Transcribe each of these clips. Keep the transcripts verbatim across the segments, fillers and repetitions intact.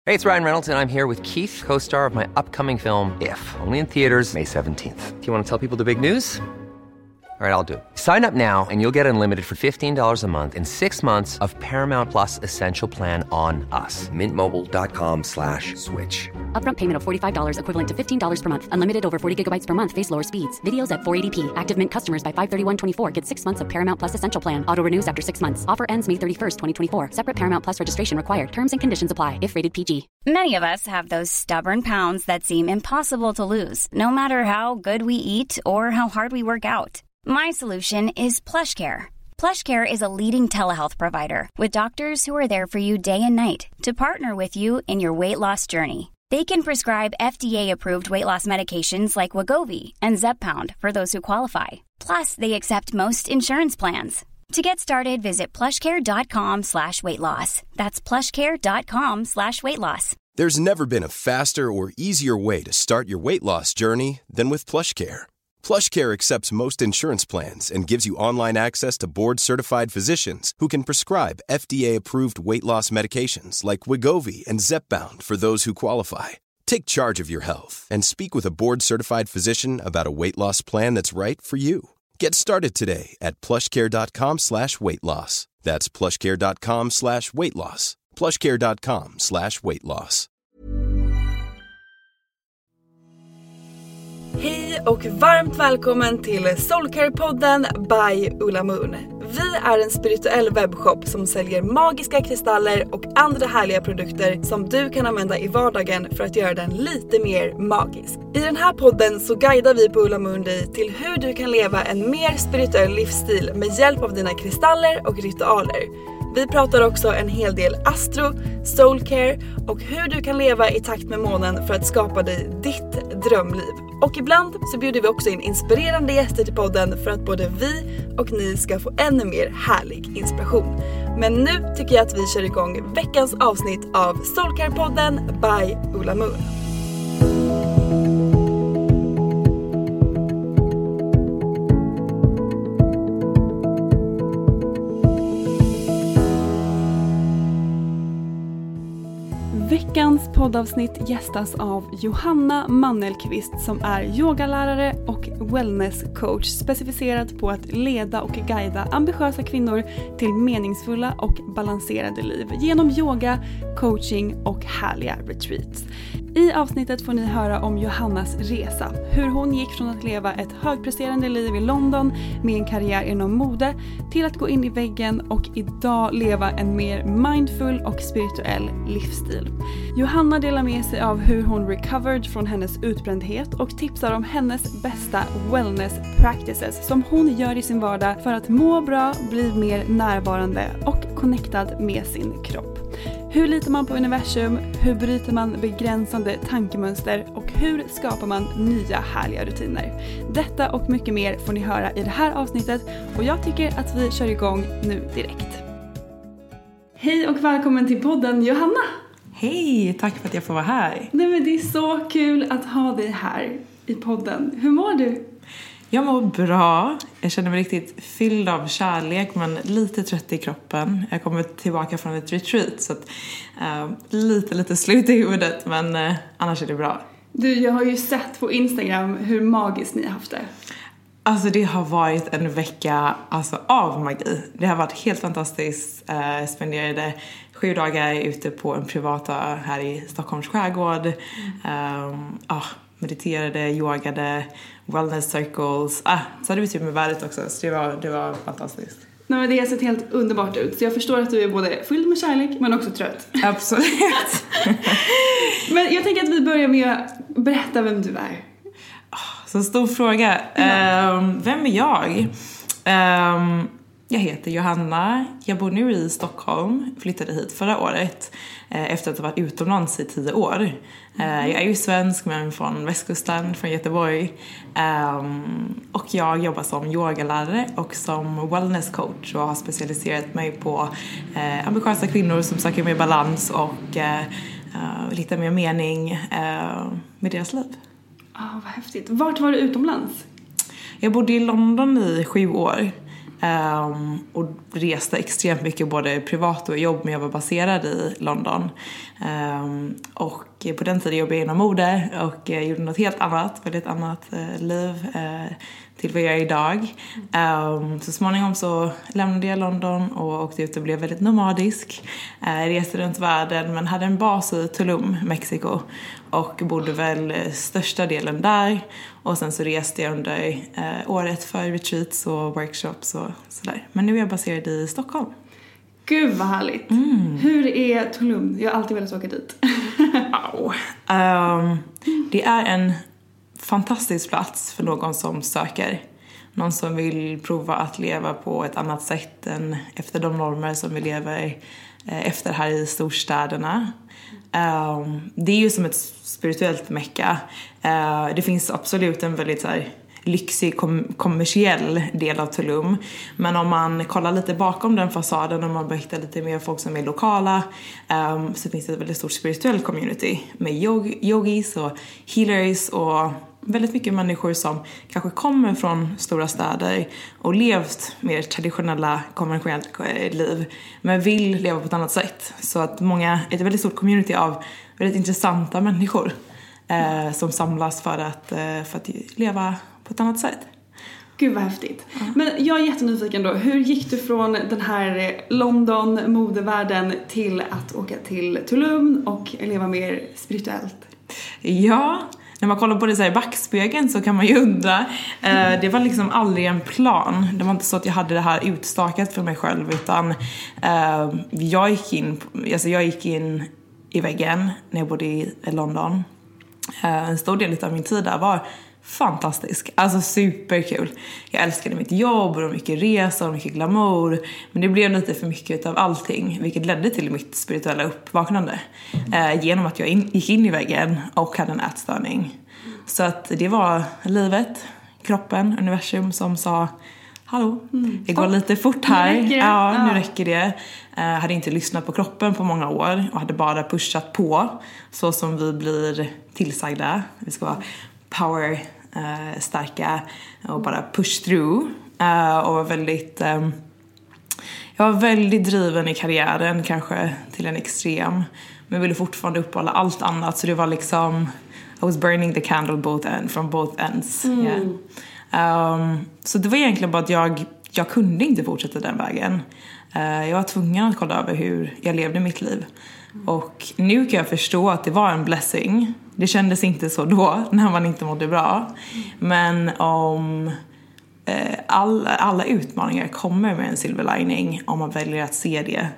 Hey, it's Ryan Reynolds, and I'm here with Keith, co-star of my upcoming film, If, only in theaters May seventeenth. Do you want to tell people the big news? All right, I'll do it. Sign up now and you'll get unlimited for fifteen dollars a month and six months of Paramount Plus Essential Plan on us. Mint Mobile dot com slash switch. Upfront payment of forty-five dollars equivalent to fifteen dollars per month. Unlimited over forty gigabytes per month. Face lower speeds. Videos at four eighty p. Active Mint customers by five thirty-one twenty-four get six months of Paramount Plus Essential Plan. Auto renews after six months. Offer ends May thirty-first, twenty twenty-four. Separate Paramount Plus registration required. Terms and conditions apply if rated P G. Many of us have those stubborn pounds that seem impossible to lose, no matter how good we eat or how hard we work out. My solution is PlushCare. PlushCare is a leading telehealth provider with doctors who are there for you day and night to partner with you in your weight loss journey. They can prescribe F D A-approved weight loss medications like Wegovy and Zepbound for those who qualify. Plus, they accept most insurance plans. To get started, visit plushcare.com slash weight loss. That's plushcare.com slash weight loss. There's never been a faster or easier way to start your weight loss journey than with PlushCare. PlushCare accepts most insurance plans and gives you online access to board-certified physicians who can prescribe F D A-approved weight loss medications like Wegovy and Zepbound for those who qualify. Take charge of your health and speak with a board-certified physician about a weight loss plan that's right for you. Get started today at plushcare.com slash weight loss. That's plushcare.com slash weight loss. plushcare.com slash weight loss. Hej och varmt välkommen till Soulcare-podden by Ulla Moon. Vi är en spirituell webbshop som säljer magiska kristaller och andra härliga produkter som du kan använda i vardagen för att göra den lite mer magisk. I den här podden så guidar vi på Ulla Moon dig till hur du kan leva en mer spirituell livsstil med hjälp av dina kristaller och ritualer. Vi pratar också en hel del astro, soulcare och hur du kan leva i takt med månen för att skapa dig ditt drömliv. Och ibland så bjuder vi också in inspirerande gäster till podden för att både vi och ni ska få ännu mer härlig inspiration. Men nu tycker jag att vi kör igång veckans avsnitt av Soulcare-podden by Ulla Moon. Veckans poddavsnitt gästas av Johanna Mannelqvist som är yogalärare och wellnesscoach specificerad på att leda och guida ambitiösa kvinnor till meningsfulla och balanserade liv genom yoga, coaching och härliga retreats. I avsnittet får ni höra om Johannas resa, hur hon gick från att leva ett högpresterande liv i London med en karriär inom mode till att gå in i väggen och idag leva en mer mindful och spirituell livsstil. Johanna delar med sig av hur hon recovered från hennes utbrändhet och tipsar om hennes bästa wellness practices som hon gör i sin vardag för att må bra, bli mer närvarande och connectad med sin kropp. Hur litar man på universum? Hur bryter man begränsande tankemönster? Och hur skapar man nya härliga rutiner? Detta och mycket mer får ni höra i det här avsnittet och jag tycker att vi kör igång nu direkt. Hej och välkommen till podden Johanna! Hej, tack för att jag får vara här. Nej, men det är så kul att ha dig här i podden. Hur mår du? Jag mår bra. Jag känner mig riktigt fylld av kärlek men lite trött i kroppen. Jag kommer tillbaka från ett retreat så att, uh, lite lite slut i huvudet men uh, annars är det bra. Du, jag har ju sett på Instagram hur magiskt ni har haft det. Alltså det har varit en vecka alltså, av magi. Det har varit helt fantastiskt. Uh, spenderade sju dagar ute på en privata här i Stockholms skärgård. Mm. Um, ah, mediterade, yogade, wellness circles. Ah, så hade vi typ med vädret också. Så det var, det var fantastiskt. Nej, men det har sett helt underbart ut. Så jag förstår att du är både fylld med kärlek men också trött. Absolut. Men jag tänker att vi börjar med att berätta vem du är. Så stor fråga. Ja. Um, vem är jag? Um, jag heter Johanna. Jag bor nu i Stockholm. Flyttade hit förra året. Uh, efter att ha varit utomlands i tio år. Uh, jag är ju svensk men från västkusten, från Göteborg. Um, och jag jobbar som yogalärare och som wellness coach. Och har specialiserat mig på uh, ambitiösa kvinnor som söker mer balans och uh, uh, lite mer mening uh, med deras liv. Ah, oh, vad häftigt. Vart var du utomlands? Jag bodde i London i sju år. Um, och reste extremt mycket både privat och jobb, men jag var baserad i London. Um, och på den tiden jobbade jag inom mode och uh, gjorde något helt annat, väldigt annat uh, liv uh, till vad jag är idag. Um, så småningom så lämnade jag London och åkte ut och blev väldigt nomadisk. Uh, reste runt världen, men hade en bas i Tulum, Mexiko. Och bodde väl största delen där. Och sen så reste jag under uh, året för retreats och workshops och sådär. Men nu är jag baserad i Stockholm. Gud vad härligt. Mm. Hur är Tulum? Jag har alltid velat åka dit. oh. um, det är en fantastisk plats för någon som söker. Någon som vill prova att leva på ett annat sätt än efter de normer som vi lever efter här i storstäderna. Um, det är ju som ett spirituellt mecka. Uh, det finns absolut en väldigt så här, lyxig kom- kommersiell del av Tulum. Men om man kollar lite bakom den fasaden och man berättar lite mer folk som är lokala, um, så finns det ett väldigt stort spirituell community med yog- yogis och healers och väldigt mycket människor som kanske kommer från stora städer och levt mer traditionella, konventionellt liv, men vill leva på ett annat sätt. Så att många, ett väldigt stort community av väldigt intressanta människor eh, som samlas för att, eh, för att leva på ett annat sätt. Gud vad häftigt. Ja. Men jag är jättenyfiken då. Hur gick du från den här London, modevärlden, till att åka till Tulum och leva mer spirituellt? Ja, när man kollar på det så här i backspegeln så kan man ju undra. Eh, det var liksom aldrig en plan. Det var inte så att jag hade det här utstakat för mig själv, utan eh, jag gick in, alltså jag gick in i väggen när jag bodde i London. Eh, en stor del av min tid där var fantastisk, alltså superkul. Jag älskade mitt jobb och mycket resor och mycket glamour, men det blev lite för mycket av allting, vilket ledde till mitt spirituella uppvaknande eh, genom att jag in, gick in i väggen och hade en ätstörning. Så att det var livet, kroppen, universum som sa: hallå, mm. det går lite fort här. Nu räcker det. Ja, nu ja. räcker det. Jag uh, hade inte lyssnat på kroppen på många år och hade bara pushat på så som vi blir tillsagda. Vi ska vara power uh, starka och bara push through. Uh, och var väldigt um, jag var väldigt driven i karriären, kanske till en extrem, men ville fortfarande uppehålla allt annat, så det var liksom I was burning the candle both end, from both ends. Mm. Yeah. Um, så det var egentligen bara att jag jag kunde inte fortsätta den vägen. Uh, jag var tvungen att kolla över hur jag levde mitt liv. Mm. Och nu kan jag förstå att det var en blessing. Det kändes inte så då, när man inte mådde bra. Mm. Men om uh, alla, alla utmaningar kommer med en silver lining om man väljer att se det.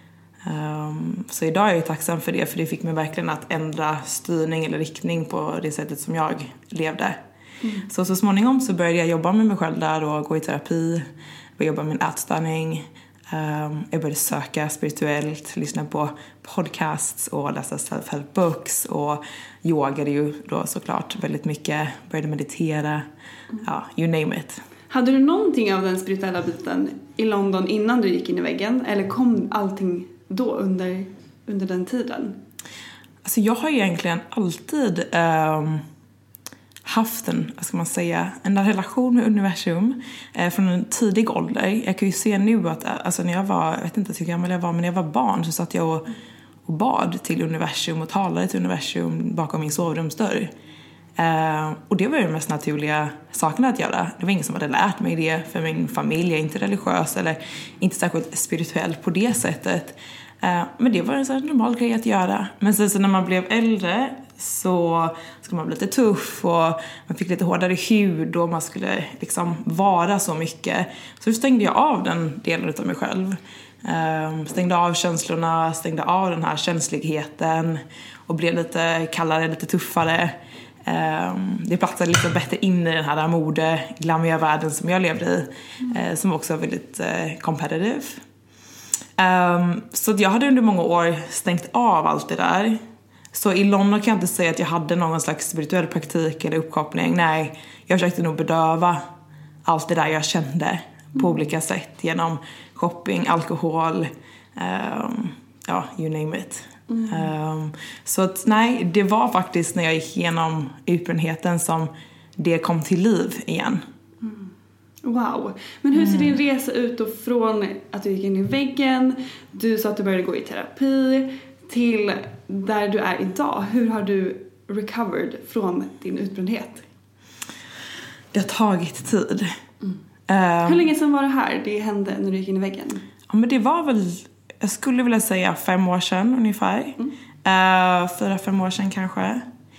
Um, så idag är jag tacksam för det, för det fick mig verkligen att ändra styrning eller riktning på det sättet som jag levde. Mm. Så så småningom så började jag jobba med mig själv där och gå i terapi, började jobba med en ätstörning. Um, jag började söka spirituellt, lyssna på podcasts och läsa self-help books och yogade ju då såklart väldigt mycket, började meditera, mm. ja, you name it. Hade du någonting av den spirituella biten i London innan du gick in i väggen, eller kom allting då under, under den tiden? Alltså jag har egentligen alltid um, haft en, vad ska man säga, en relation med universum eh, från en tidig ålder. Jag kan ju se nu att alltså när jag var, jag vet inte hur gammal jag var, men när jag var barn så satt jag och, och bad till universum och talade till universum bakom min sovrumsdörr. Uh, och det var ju de mest naturliga sakerna att göra. Det var ingen som hade lärt mig det, för min familj är inte religiös eller inte särskilt spirituell på det sättet. Uh, men det var en sån normal grej att göra. Men sen så när man blev äldre så skulle man bli lite tuff och man fick lite hårdare hud och man skulle liksom vara så mycket. Så då stängde jag av den delen av mig själv. Uh, stängde av känslorna, stängde av den här känsligheten och blev lite kallare, lite tuffare. Um, det platsade lite bättre in i den här mode, glammiga världen som jag levde i, mm. uh, som också var väldigt uh, competitive. Um, så jag hade under många år stängt av allt det där. Så i London kan jag inte säga att jag hade någon slags spirituell praktik eller uppkoppling. Nej, jag försökte nog bedöva allt det där jag kände mm. på olika sätt, genom shopping, alkohol, um, ja, you name it. Mm. Um, så att nej, det var faktiskt när jag gick igenom utbrändheten som det kom till liv igen. Mm. Wow. Men hur ser din resa ut då från att du gick in i väggen, du sa att du började gå i terapi, till där du är idag? Hur har du recovered från din utbrändhet? Det har tagit tid. Mm. Um, Hur länge sedan var det här det hände när du gick in i väggen? Ja, men det var väl, jag skulle vilja säga fem år sedan ungefär. Mm. Uh, fyra, fem år sedan kanske.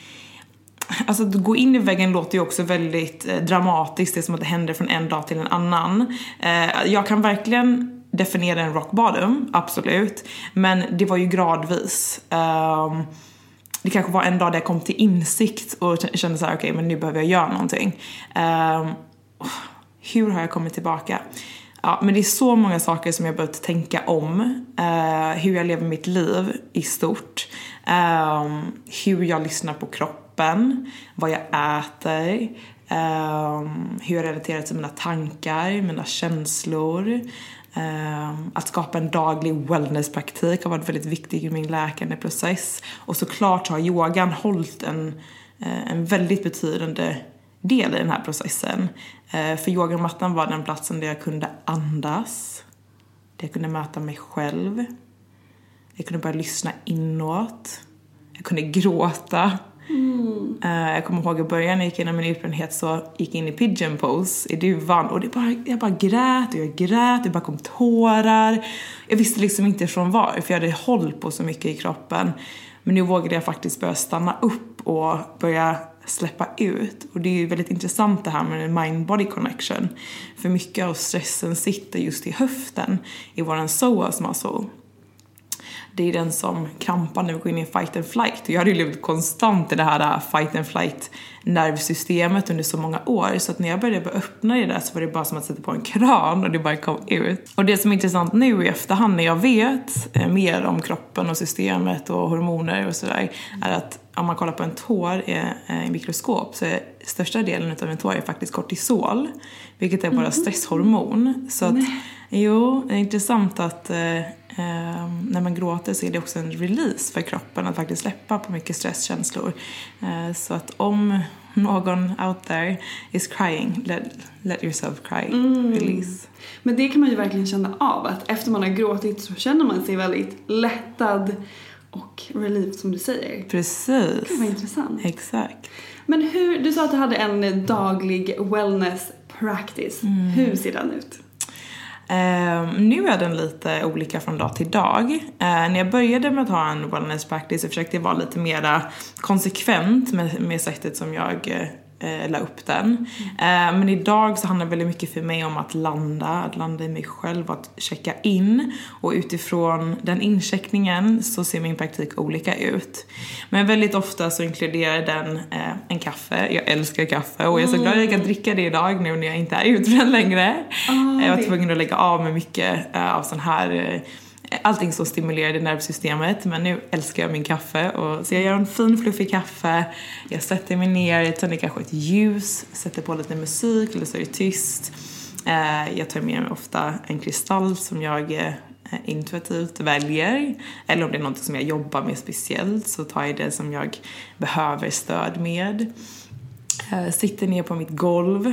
Alltså att gå in i väggen låter ju också väldigt eh, dramatiskt. Det är som att det händer från en dag till en annan. Eh, jag kan verkligen definiera en rock bottom, absolut. Men det var ju gradvis. Eh, det kanske var en dag där jag kom till insikt och kände så här: okej, okay, men nu behöver jag göra någonting. Eh, hur har jag kommit tillbaka? Ja, men det är så många saker som jag behövt tänka om. Eh, hur jag lever mitt liv i stort. Eh, hur jag lyssnar på kroppen. Vad jag äter. Eh, hur jag relaterar till mina tankar. Mina känslor. Eh, att skapa en daglig wellnesspraktik har varit väldigt viktigt i min läkande process. Och såklart har yogan hållit en, en väldigt betydande del i den här processen. För yogamattan var den platsen där jag kunde andas. Där jag kunde möta mig själv. Jag kunde börja lyssna inåt. Jag kunde gråta. Mm. Jag kommer ihåg i början när jag gick in i min utbrändhet så gick jag in i pigeon pose i duvan. Och det bara, jag bara grät och jag grät. Det bara kom tårar. Jag visste liksom inte från var. För jag hade hållit på så mycket i kroppen. Men nu vågade jag faktiskt börja stanna upp och börja släppa ut. Och det är ju väldigt intressant det här med en mind-body connection. För mycket av stressen sitter just i höften, i våran psoas muscle. Det är den som krampar när vi går in i fight and flight. Och jag hade ju levt konstant i det här fight and flight nervsystemet under så många år. Så att när jag började öppna det där så var det bara som att sätta på en kran och det bara kom ut. Och det som är intressant nu i efterhand när jag vet eh, mer om kroppen och systemet och hormoner och sådär, är att om man kollar på en tår i en mikroskop så är största delen av en tår är faktiskt kortisol. Vilket är bara stresshormon. Så att, jo, det är intressant att eh, eh, när man gråter så är det också en release för kroppen att faktiskt släppa på mycket stresskänslor. Eh, så att om någon out there is crying, let, let yourself cry, mm. release. Men det kan man ju verkligen känna av, att efter man har gråtit så känner man sig väldigt lättad och relieved, som du säger. Precis. Det kan vara intressant. Exakt. Men hur, du sa att du hade en daglig wellness practice. Mm. Hur ser den ut? Uh, nu är den lite olika från dag till dag. Uh, när jag började med att ha en wellness practice så försökte jag vara lite mer konsekvent med, med sättet som jag uh, la upp den. Uh, men idag så handlar det väldigt mycket för mig om att landa, att landa i mig själv, att checka in. Och utifrån den incheckningen så ser min praktik olika ut. Men väldigt ofta så inkluderar den eh, en kaffe. Jag älskar kaffe och jag är så glad att jag kan dricka det idag nu när jag inte är utbränd längre. Oh, jag var tvungen att lägga av med mycket eh, av sån här... Eh, allting som stimulerade nervsystemet. Men nu älskar jag min kaffe. Och, så jag gör en fin fluffig kaffe. Jag sätter mig ner, tänder kanske ett ljus. Sätter på lite musik eller så är det tyst. Eh, jag tar med mig ofta en kristall som jag... Eh, intuitivt väljer, eller om det är något som jag jobbar med speciellt så tar jag det som jag behöver stöd med. Uh, sitter ner på mitt golv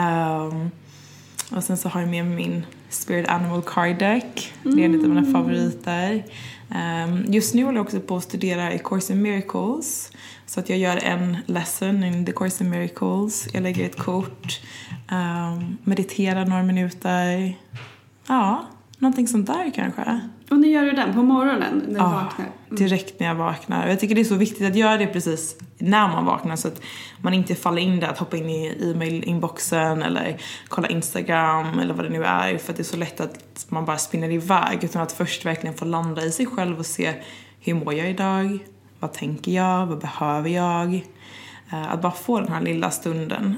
um, och sen så har jag med min Spirit Animal Card Deck. Det är en av mina favoriter. Um, just nu håller jag också på att studera i Course in Miracles, så att jag gör en lesson in the Course in Miracles. Jag lägger ett kort, um, mediterar några minuter. Ja, någonting sånt där kanske. Och när gör du den? På morgonen när du ja, vaknar? Mm. Direkt när jag vaknar. Jag tycker det är så viktigt att göra det precis när man vaknar. Så att man inte faller in där att hoppa in i e-mail-inboxen eller kolla Instagram eller vad det nu är. För att det är så lätt att man bara spinner iväg. Utan att först verkligen få landa i sig själv och se hur mår jag idag? Vad tänker jag? Vad behöver jag? Att bara få den här lilla stunden.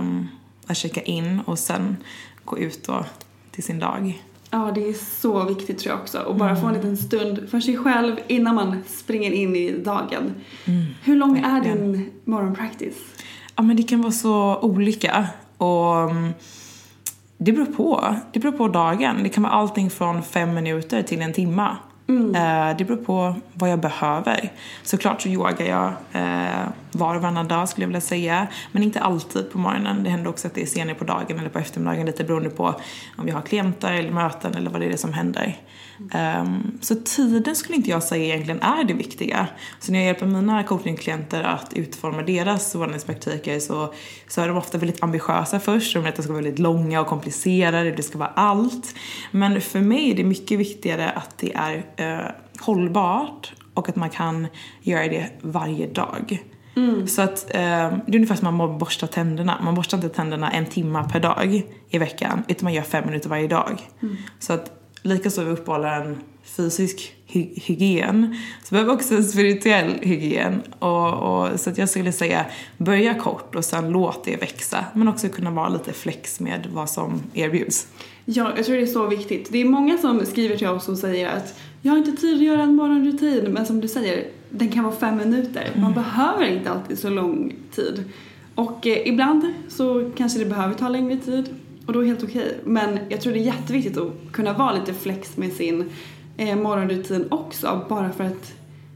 Att checka in och sen gå ut då till sin dag. Ja, det är så viktigt tror jag också. Och bara mm. få en liten stund för sig själv innan man springer in i dagen. Mm. Hur lång Verkligen. är din morgonpractice? Ja, men det kan vara så olika. Och det beror på. Det beror på dagen. Det kan vara allting från fem minuter till en timma. Mm. Eh, det beror på vad jag behöver. Såklart så yogar jag eh, var och varannan dag skulle jag vilja säga. Men inte alltid på morgonen. Det händer också att det är senare på dagen eller på eftermiddagen. Lite beroende på om jag har klienter eller möten eller vad det är som händer. Um, så tiden skulle inte jag säga egentligen är det viktiga. Så när jag hjälper mina coachingklienter att utforma deras vårdnadspraktiker så, så är de ofta väldigt ambitiösa först. De vill att det ska vara väldigt långa och komplicerade. Det ska vara allt. Men för mig är det mycket viktigare att det är uh, hållbart och att man kan göra det varje dag. Mm. Så att uh, det är ungefär som man borstar tänderna. Man borstar inte tänderna en timme per dag i veckan, utan man gör fem minuter varje dag. Mm. Så att likaså vi uppehåller en fysisk hy- hygien så behöver också en spirituell hygien och, och, så att jag skulle säga börja kort och sen låt det växa, men också kunna vara lite flex med vad som erbjuds. Ja, jag tror det är så viktigt. Det är många som skriver till oss och säger att jag har inte tid att göra en morgonrutin, men som du säger, den kan vara fem minuter. Man mm. behöver inte alltid så lång tid. Och eh, ibland så kanske det behöver ta längre tid. Och då är det helt okej. Men jag tror det är jätteviktigt att kunna vara lite flex med sin eh, morgonrutin också. Bara för att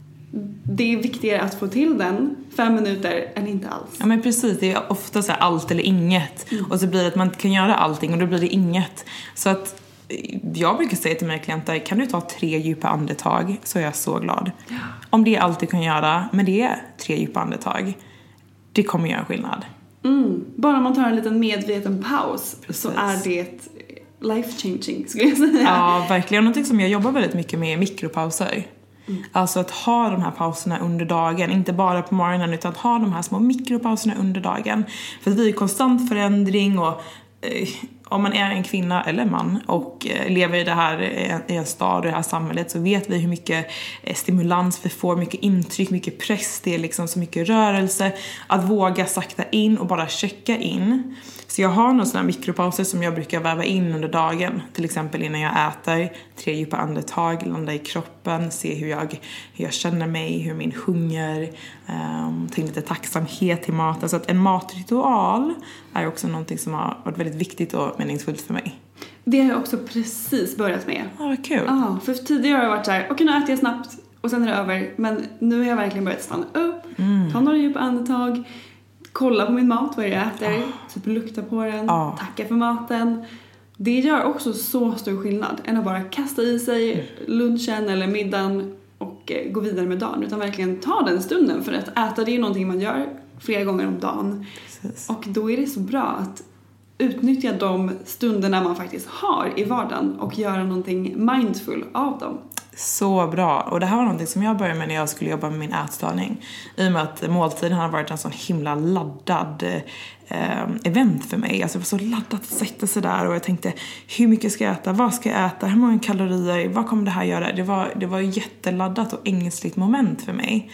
det är viktigare att få till den fem minuter än inte alls. Ja men precis, det är ofta så här allt eller inget. Mm. Och så blir det att man kan göra allting och då blir det inget. Så att jag brukar säga till mina klienter, kan du ta tre djupa andetag så är jag så glad. Ja. Om det är allt du kan göra, men det är tre djupa andetag. Det kommer göra en skillnad. Mm. Bara man tar en liten medveten paus. Precis. Så är det life changing skulle jag säga. Ja, verkligen. Någonting som jag jobbar väldigt mycket med är mikropauser. Mm. Alltså att ha de här pauserna under dagen. Inte bara på morgonen utan att ha de här små mikropauserna under dagen. För att vi är i konstant förändring och eh, om man är en kvinna eller man och eh, lever i det här i en stad och det här samhället så vet vi hur mycket eh, stimulans vi får, mycket intryck, mycket press, det är liksom så mycket rörelse. Att våga sakta in och bara checka in. Så jag har några sådana mikropauser som jag brukar väva in under dagen. Till exempel innan jag äter, tre djupa andetag, landa i kroppen, se hur jag, hur jag känner mig, hur min hunger, um, ta in lite tacksamhet till mat. Alltså att en matritual är också någonting som har varit väldigt viktigt och meningsfullt för mig. Det har jag också precis börjat med. Ja, vad kul. Ja, för tidigare har jag varit så här, okej okay, nu äter jag snabbt och sen är det över. Men nu har jag verkligen börjat stanna upp, mm. ta några djupa andetag, kolla på min mat, vad jag äter, oh. typ lukta på den, oh. tacka för maten. Det gör också så stor skillnad än att bara kasta i sig lunchen eller middagen och eh, gå vidare med dagen. Utan verkligen ta den stunden, för att äta det är ju någonting man gör flera gånger om dagen. Precis. Och då är det så bra att utnyttja de stunderna man faktiskt har i vardagen och göra någonting mindful av dem. Så bra. Och det här var någonting som jag började med när jag skulle jobba med min ätstörning. I och med att måltiden har varit en sån himla laddad eh, event för mig. Alltså det var så laddat att sätta sig där. Och jag tänkte, hur mycket ska jag äta? Vad ska jag äta? Hur många kalorier? Vad kommer det här göra? Det var, det var jätteladdat och ängsligt moment för mig.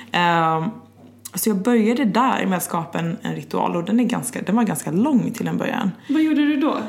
Mm. Eh, så jag började där med att skapa en, en ritual. Och den, är ganska, den var ganska lång till en början. Vad gjorde du då?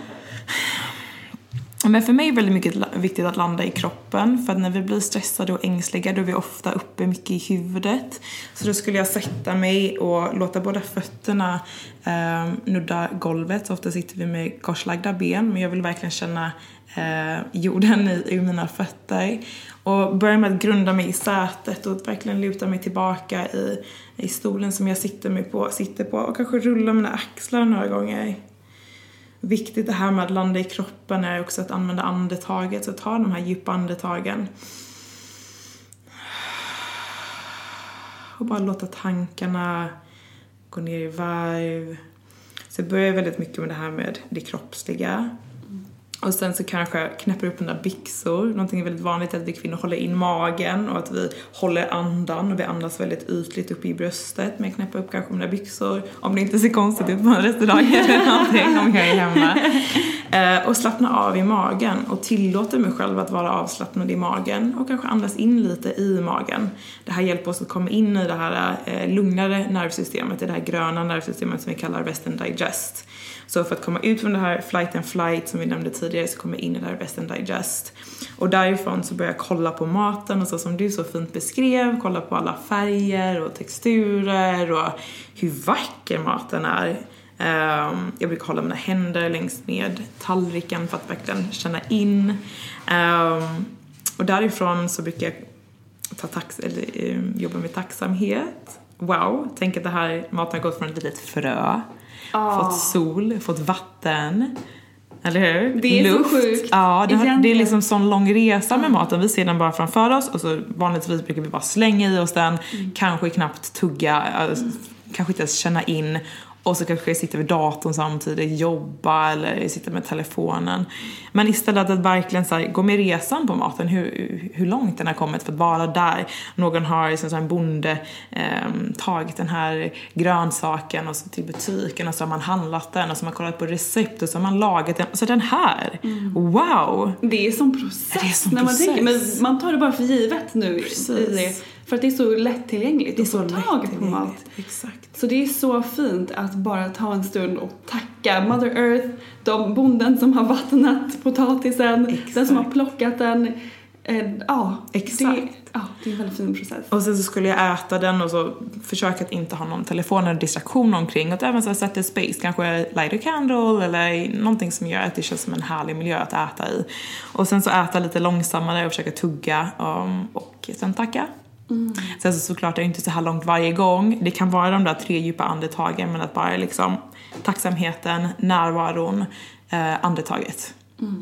Men för mig är det väldigt mycket viktigt att landa i kroppen. För att när vi blir stressade och ängsliga då är vi ofta uppe mycket i huvudet. Så då skulle jag sätta mig och låta båda fötterna eh, nudda golvet. Så ofta sitter vi med korslagda ben. Men jag vill verkligen känna eh, jorden i, i mina fötter. Och börja med att grunda mig i sätet och verkligen luta mig tillbaka i, i stolen som jag sitter, mig på, sitter på. Och kanske rulla mina axlar några gånger. Viktigt det här med att landa i kroppen är också att använda andetaget. Så ta de här djupa andetagen. Och bara låta tankarna gå ner i varv. Så jag börjar väldigt mycket med det här med det kroppsliga. Och sen så kanske knäpper upp under byxor. Någonting är väldigt vanligt att vi kvinnor håller in magen. Och att vi håller andan. Och vi andas väldigt ytligt upp i bröstet. Men knäpper upp kanske under byxor. Om det inte ser konstigt ut på en restaurang eller någonting. Om jag är hemma. Eh, och slappna av i magen. Och tillåter mig själv att vara avslappnad i magen. Och kanske andas in lite i magen. Det här hjälper oss att komma in i det här eh, lugnare nervsystemet. Det här gröna nervsystemet som vi kallar rest and digest. Så för att komma ut från det här flight and flight som vi nämnde tidigare så kommer jag in i det här rest and digest. Och därifrån så börjar jag kolla på maten och så som du så fint beskrev. Kolla på alla färger och texturer och hur vacker maten är. Um, jag brukar hålla mina händer längs med tallriken för att verkligen känna in. Um, och därifrån så brukar jag ta tax- eller, eh, jobba med tacksamhet. Wow, tänk att det här maten har gått från ett litet frö. Oh. Fått sol, fått vatten. Eller hur? Det är luft. Så sjukt. Ja, det, har, det är liksom sån lång resa med maten. Vi ser den bara framför oss. Och så vanligtvis brukar vi bara slänga i oss den. Mm. Kanske knappt tugga. Alltså, mm. Kanske inte ens känna in. Och så kanske jag sitter vid datorn samtidigt, jobba eller sitter med telefonen. Men istället att verkligen så här, gå med resan på maten, hur, hur långt den har kommit för att vara där. Någon har liksom så här, en bonde eh, tagit den här grönsaken och så till butiken och så har man handlat den och så har man kollat på recept och så har man lagat den. Och så den här, mm. wow! Det är som process, det är som när process. Man tänker, men man tar det bara för givet nu. Precis. I, för att det är så lättillgängligt. Det är så att få tag på mat. Exakt. Så det är så fint att bara ta en stund och tacka Mother Earth, de bonden som har vattnat potatisen, exakt. Den som har plockat den. Eh, ja, exakt. Det, ja, det är en väldigt fin process. Och sen så skulle jag äta den och så försöka att inte ha någon telefon eller distraktion omkring. Och även så sätta space, kanske light a candle eller någonting som gör att det känns som en härlig miljö att äta i. Och sen så äta lite långsammare och försöka tugga um, och sen tacka. Mm. Sen så såklart är det inte så här långt varje gång. Det kan vara de där tre djupa andetagen, men att bara liksom tacksamheten, närvaron, eh, andetaget. Mm.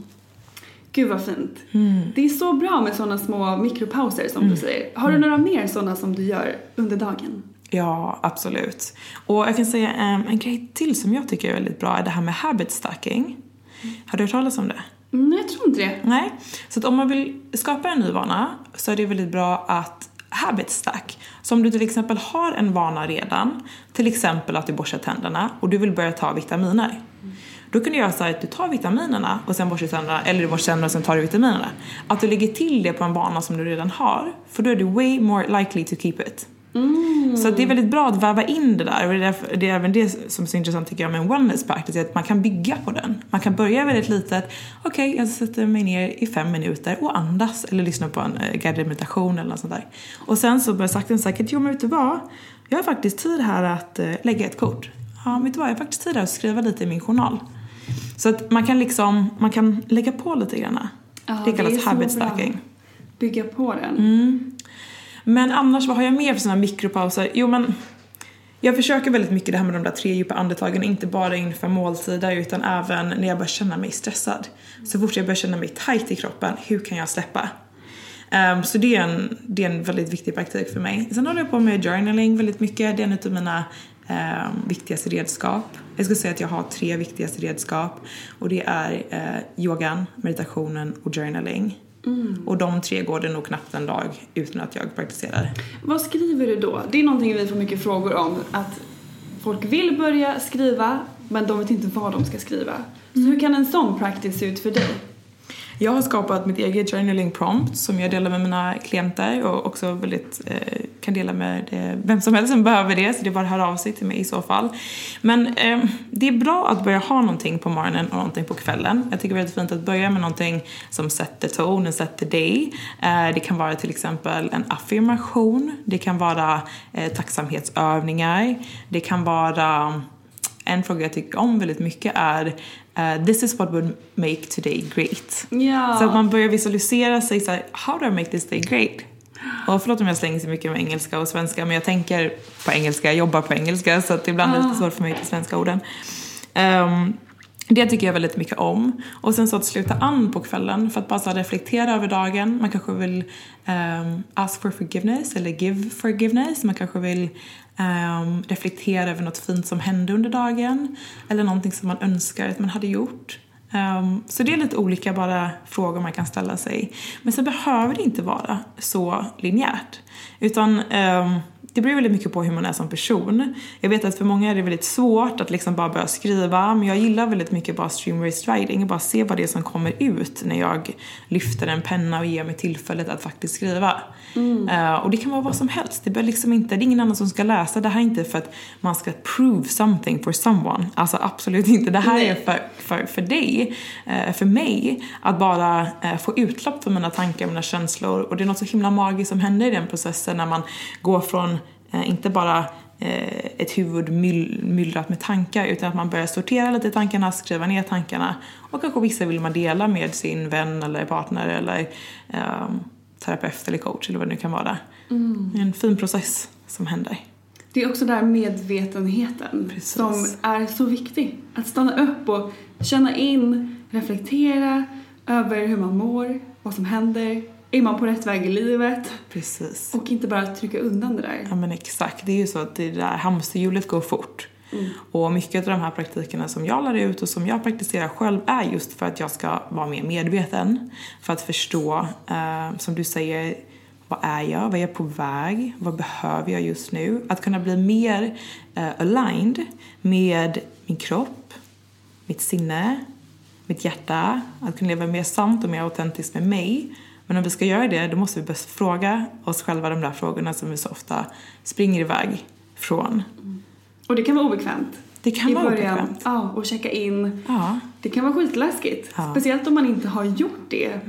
Gud vad fint. Mm. Det är så bra med sådana små mikropauser som mm. du säger. Har du några mer sådana som du gör under dagen? Ja, absolut. Och jag kan säga um, en grej till som jag tycker är väldigt bra är det här med habit stacking. Mm. Har du hört talas om det? Nej, jag tror inte det. Nej, så att om man vill skapa en ny vana så är det väldigt bra att habit stack. Så om du till exempel har en vana redan, till exempel att du borstar tänderna och du vill börja ta vitaminer. Mm. Då kan du göra så här att du tar vitaminerna och sen borstar tänderna, eller du borstar tänderna och sen tar du vitaminerna. Att du lägger till det på en vana som du redan har, för då är du way more likely to keep it. Mm. Så det är väldigt bra att väva in det där. Och det är, därför, det är även det som är så intressant tycker jag med en wellness practice, att man kan bygga på den. Man kan börja väldigt litet. Okej, okay, jag sätter mig ner i fem minuter och andas eller lyssna på en guided meditation eller något sånt där. Och sen så börjar sakta säkert, jo men vet du vad? Jag har faktiskt tid här att uh, lägga ett kort. Ja, vet du vad? Jag har faktiskt tid här att skriva lite i min journal. Så att man kan liksom, man kan lägga på lite grann. Ja, det kallas det habit stacking. Bygga på den. Mm. Men annars, vad har jag mer för sådana mikropauser? Jo, men jag försöker väldigt mycket det här med de där tre djupa andetagen. Inte bara inför måltider utan även när jag börjar känna mig stressad. Så fort jag börjar känna mig tajt i kroppen, hur kan jag släppa? Um, så det är, en, det är en väldigt viktig praktik för mig. Sen håller jag på med journaling väldigt mycket. Det är en av mina um, viktigaste redskap. Jag skulle säga att jag har tre viktigaste redskap. Och det är uh, yogan, meditationen och journaling. Mm. Och de tre går det nog knappt en dag utan att jag praktiserar. Vad skriver du då? Det är någonting vi får mycket frågor om. Att folk vill börja skriva, men de vet inte vad de ska skriva. Så hur kan en sån practice se ut för dig? Jag har skapat mitt eget journaling prompt som jag delar med mina klienter och också väldigt eh, kan dela med det, vem som helst som behöver det, så det är bara att höra av sig till mig i så fall. Men eh, det är bra att börja ha någonting på morgonen och någonting på kvällen. Jag tycker det är väldigt fint att börja med någonting som sätter ton och sätter dig. Eh, det kan vara till exempel en affirmation, det kan vara eh, tacksamhetsövningar, det kan vara... En fråga jag tycker om väldigt mycket är uh, this is what would make today great. Ja. Så att man börjar visualisera sig så här, how do I make this day great? Och förlåt om jag slänger så mycket med engelska och svenska, men jag tänker på engelska, jag jobbar på engelska, så att ibland är det lite svårt för mig till svenska orden. Um, Det tycker jag väldigt mycket om. Och sen så att sluta an på kvällen för att bara så reflektera över dagen. Man kanske vill um, ask for forgiveness eller give forgiveness. Man kanske vill um, reflektera över något fint som hände under dagen. Eller någonting som man önskar att man hade gjort. Um, så det är lite olika bara frågor man kan ställa sig. Men sen behöver det inte vara så linjärt. Utan... Um, Det beror väldigt mycket på hur man är som person. Jag vet att för många är det väldigt svårt att liksom bara börja skriva. Men jag gillar väldigt mycket bara stream-based writing. Och bara se vad det är som kommer ut när jag lyfter en penna och ger mig tillfället att faktiskt skriva. Mm. Uh, och det kan vara vad som helst. Det, liksom inte, det är ingen annan som ska läsa. Det här är inte för att man ska prove something for someone. Alltså absolut inte. Det här Nej. är för, för, för dig, uh, för mig. Att bara uh, få utlopp för mina tankar, mina känslor. Och det är något så himla magiskt som händer i den processen när man går från... inte bara eh, ett huvud myll, myllrat med tankar, utan att man börjar sortera lite tankarna, skriva ner tankarna, och kanske vissa vill man dela med sin vän eller partner eller eh, terapeut eller coach eller vad det nu kan vara. Mm. En fin process som händer. Det är också där medvetenheten. Precis. Som är så viktig. Att stanna upp och känna in, reflektera över hur man mår, vad som händer. Är man på rätt väg i livet? Precis. Och inte bara trycka undan det där. Ja, men exakt. Det är ju så att det där hamsterhjulet går fort. Mm. Och mycket av de här praktikerna som jag lär ut och som jag praktiserar själv är just för att jag ska vara mer medveten. För att förstå, eh, som du säger, vad är jag? Vad är jag på väg? Vad behöver jag just nu? Att kunna bli mer eh, aligned med min kropp, mitt sinne, mitt hjärta. Att kunna leva mer sant och mer autentiskt med mig. Men om vi ska göra det, då måste vi börja fråga oss själva de där frågorna som vi så ofta springer iväg från. Mm. Och det kan vara obekvämt. Det kan I vara början, obekvämt. Ja, och checka in. Ja. Det kan vara skitläskigt. Ja. Speciellt om man inte har gjort det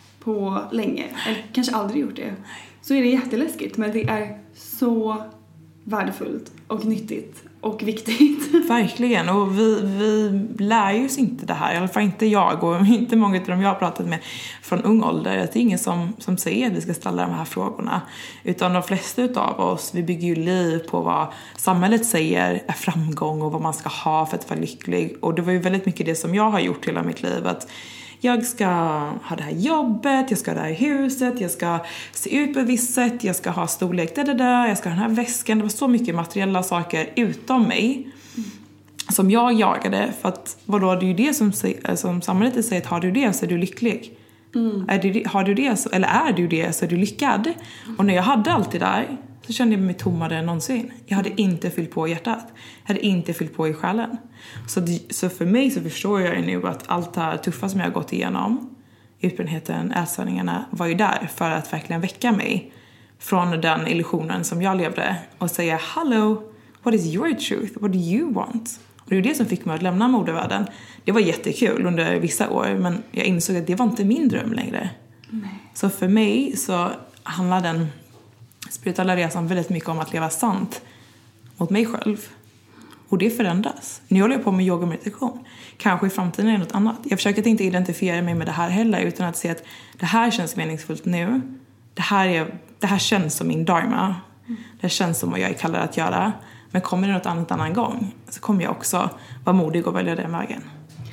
på länge. Eller kanske aldrig gjort det. Så är det jätteläskigt. Men det är så värdefullt och nyttigt och viktigt. Verkligen. Och vi, vi lär ju oss inte det här. I alla fall inte jag och inte många av dem jag har pratat med från ung ålder. Det är ingen som, som säger att vi ska ställa de här frågorna. Utan de flesta av oss, vi bygger ju liv på vad samhället säger är framgång och vad man ska ha för att vara lycklig. Och det var ju väldigt mycket det som jag har gjort hela mitt liv. Att jag ska ha det här jobbet, jag ska ha det här huset, jag ska se ut på ett visst sätt, jag ska ha storlek där, där, där, jag ska ha den här väskan. Det var så mycket materiella saker utom mig mm. som jag jagade. För att vadå, det är ju det som, som samhället säger att har du det så är du lycklig. Mm. Är du, har du det så, eller är du det så är du lyckad. Mm. Och när jag hade allt det där så kände jag mig tommare än någonsin. Jag hade inte fyllt på hjärtat. Jag hade inte fyllt på i själen. Så, det, så för mig så förstår jag nu att allt det här tuffa som jag har gått igenom, utbrändheten, ätstörningarna, var ju där för att verkligen väcka mig från den illusionen som jag levde och säga, hello, what is your truth? What do you want? Och det är det som fick mig att lämna modevärlden. Det var jättekul under vissa år, men jag insåg att det var inte min dröm längre. Nej. Så för mig så handlar den spirituella resan väldigt mycket om att leva sant mot mig själv. Och det förändras. Nu håller jag på med yoga och meditation. Kanske i framtiden är det något annat. Jag försöker inte identifiera mig med det här heller, utan att se att det här känns meningsfullt nu. Det här, är, det här känns som min dharma. Det känns som vad jag är kallad att göra. Men kommer det något annat annan gång så kommer jag också vara modig och välja den vägen.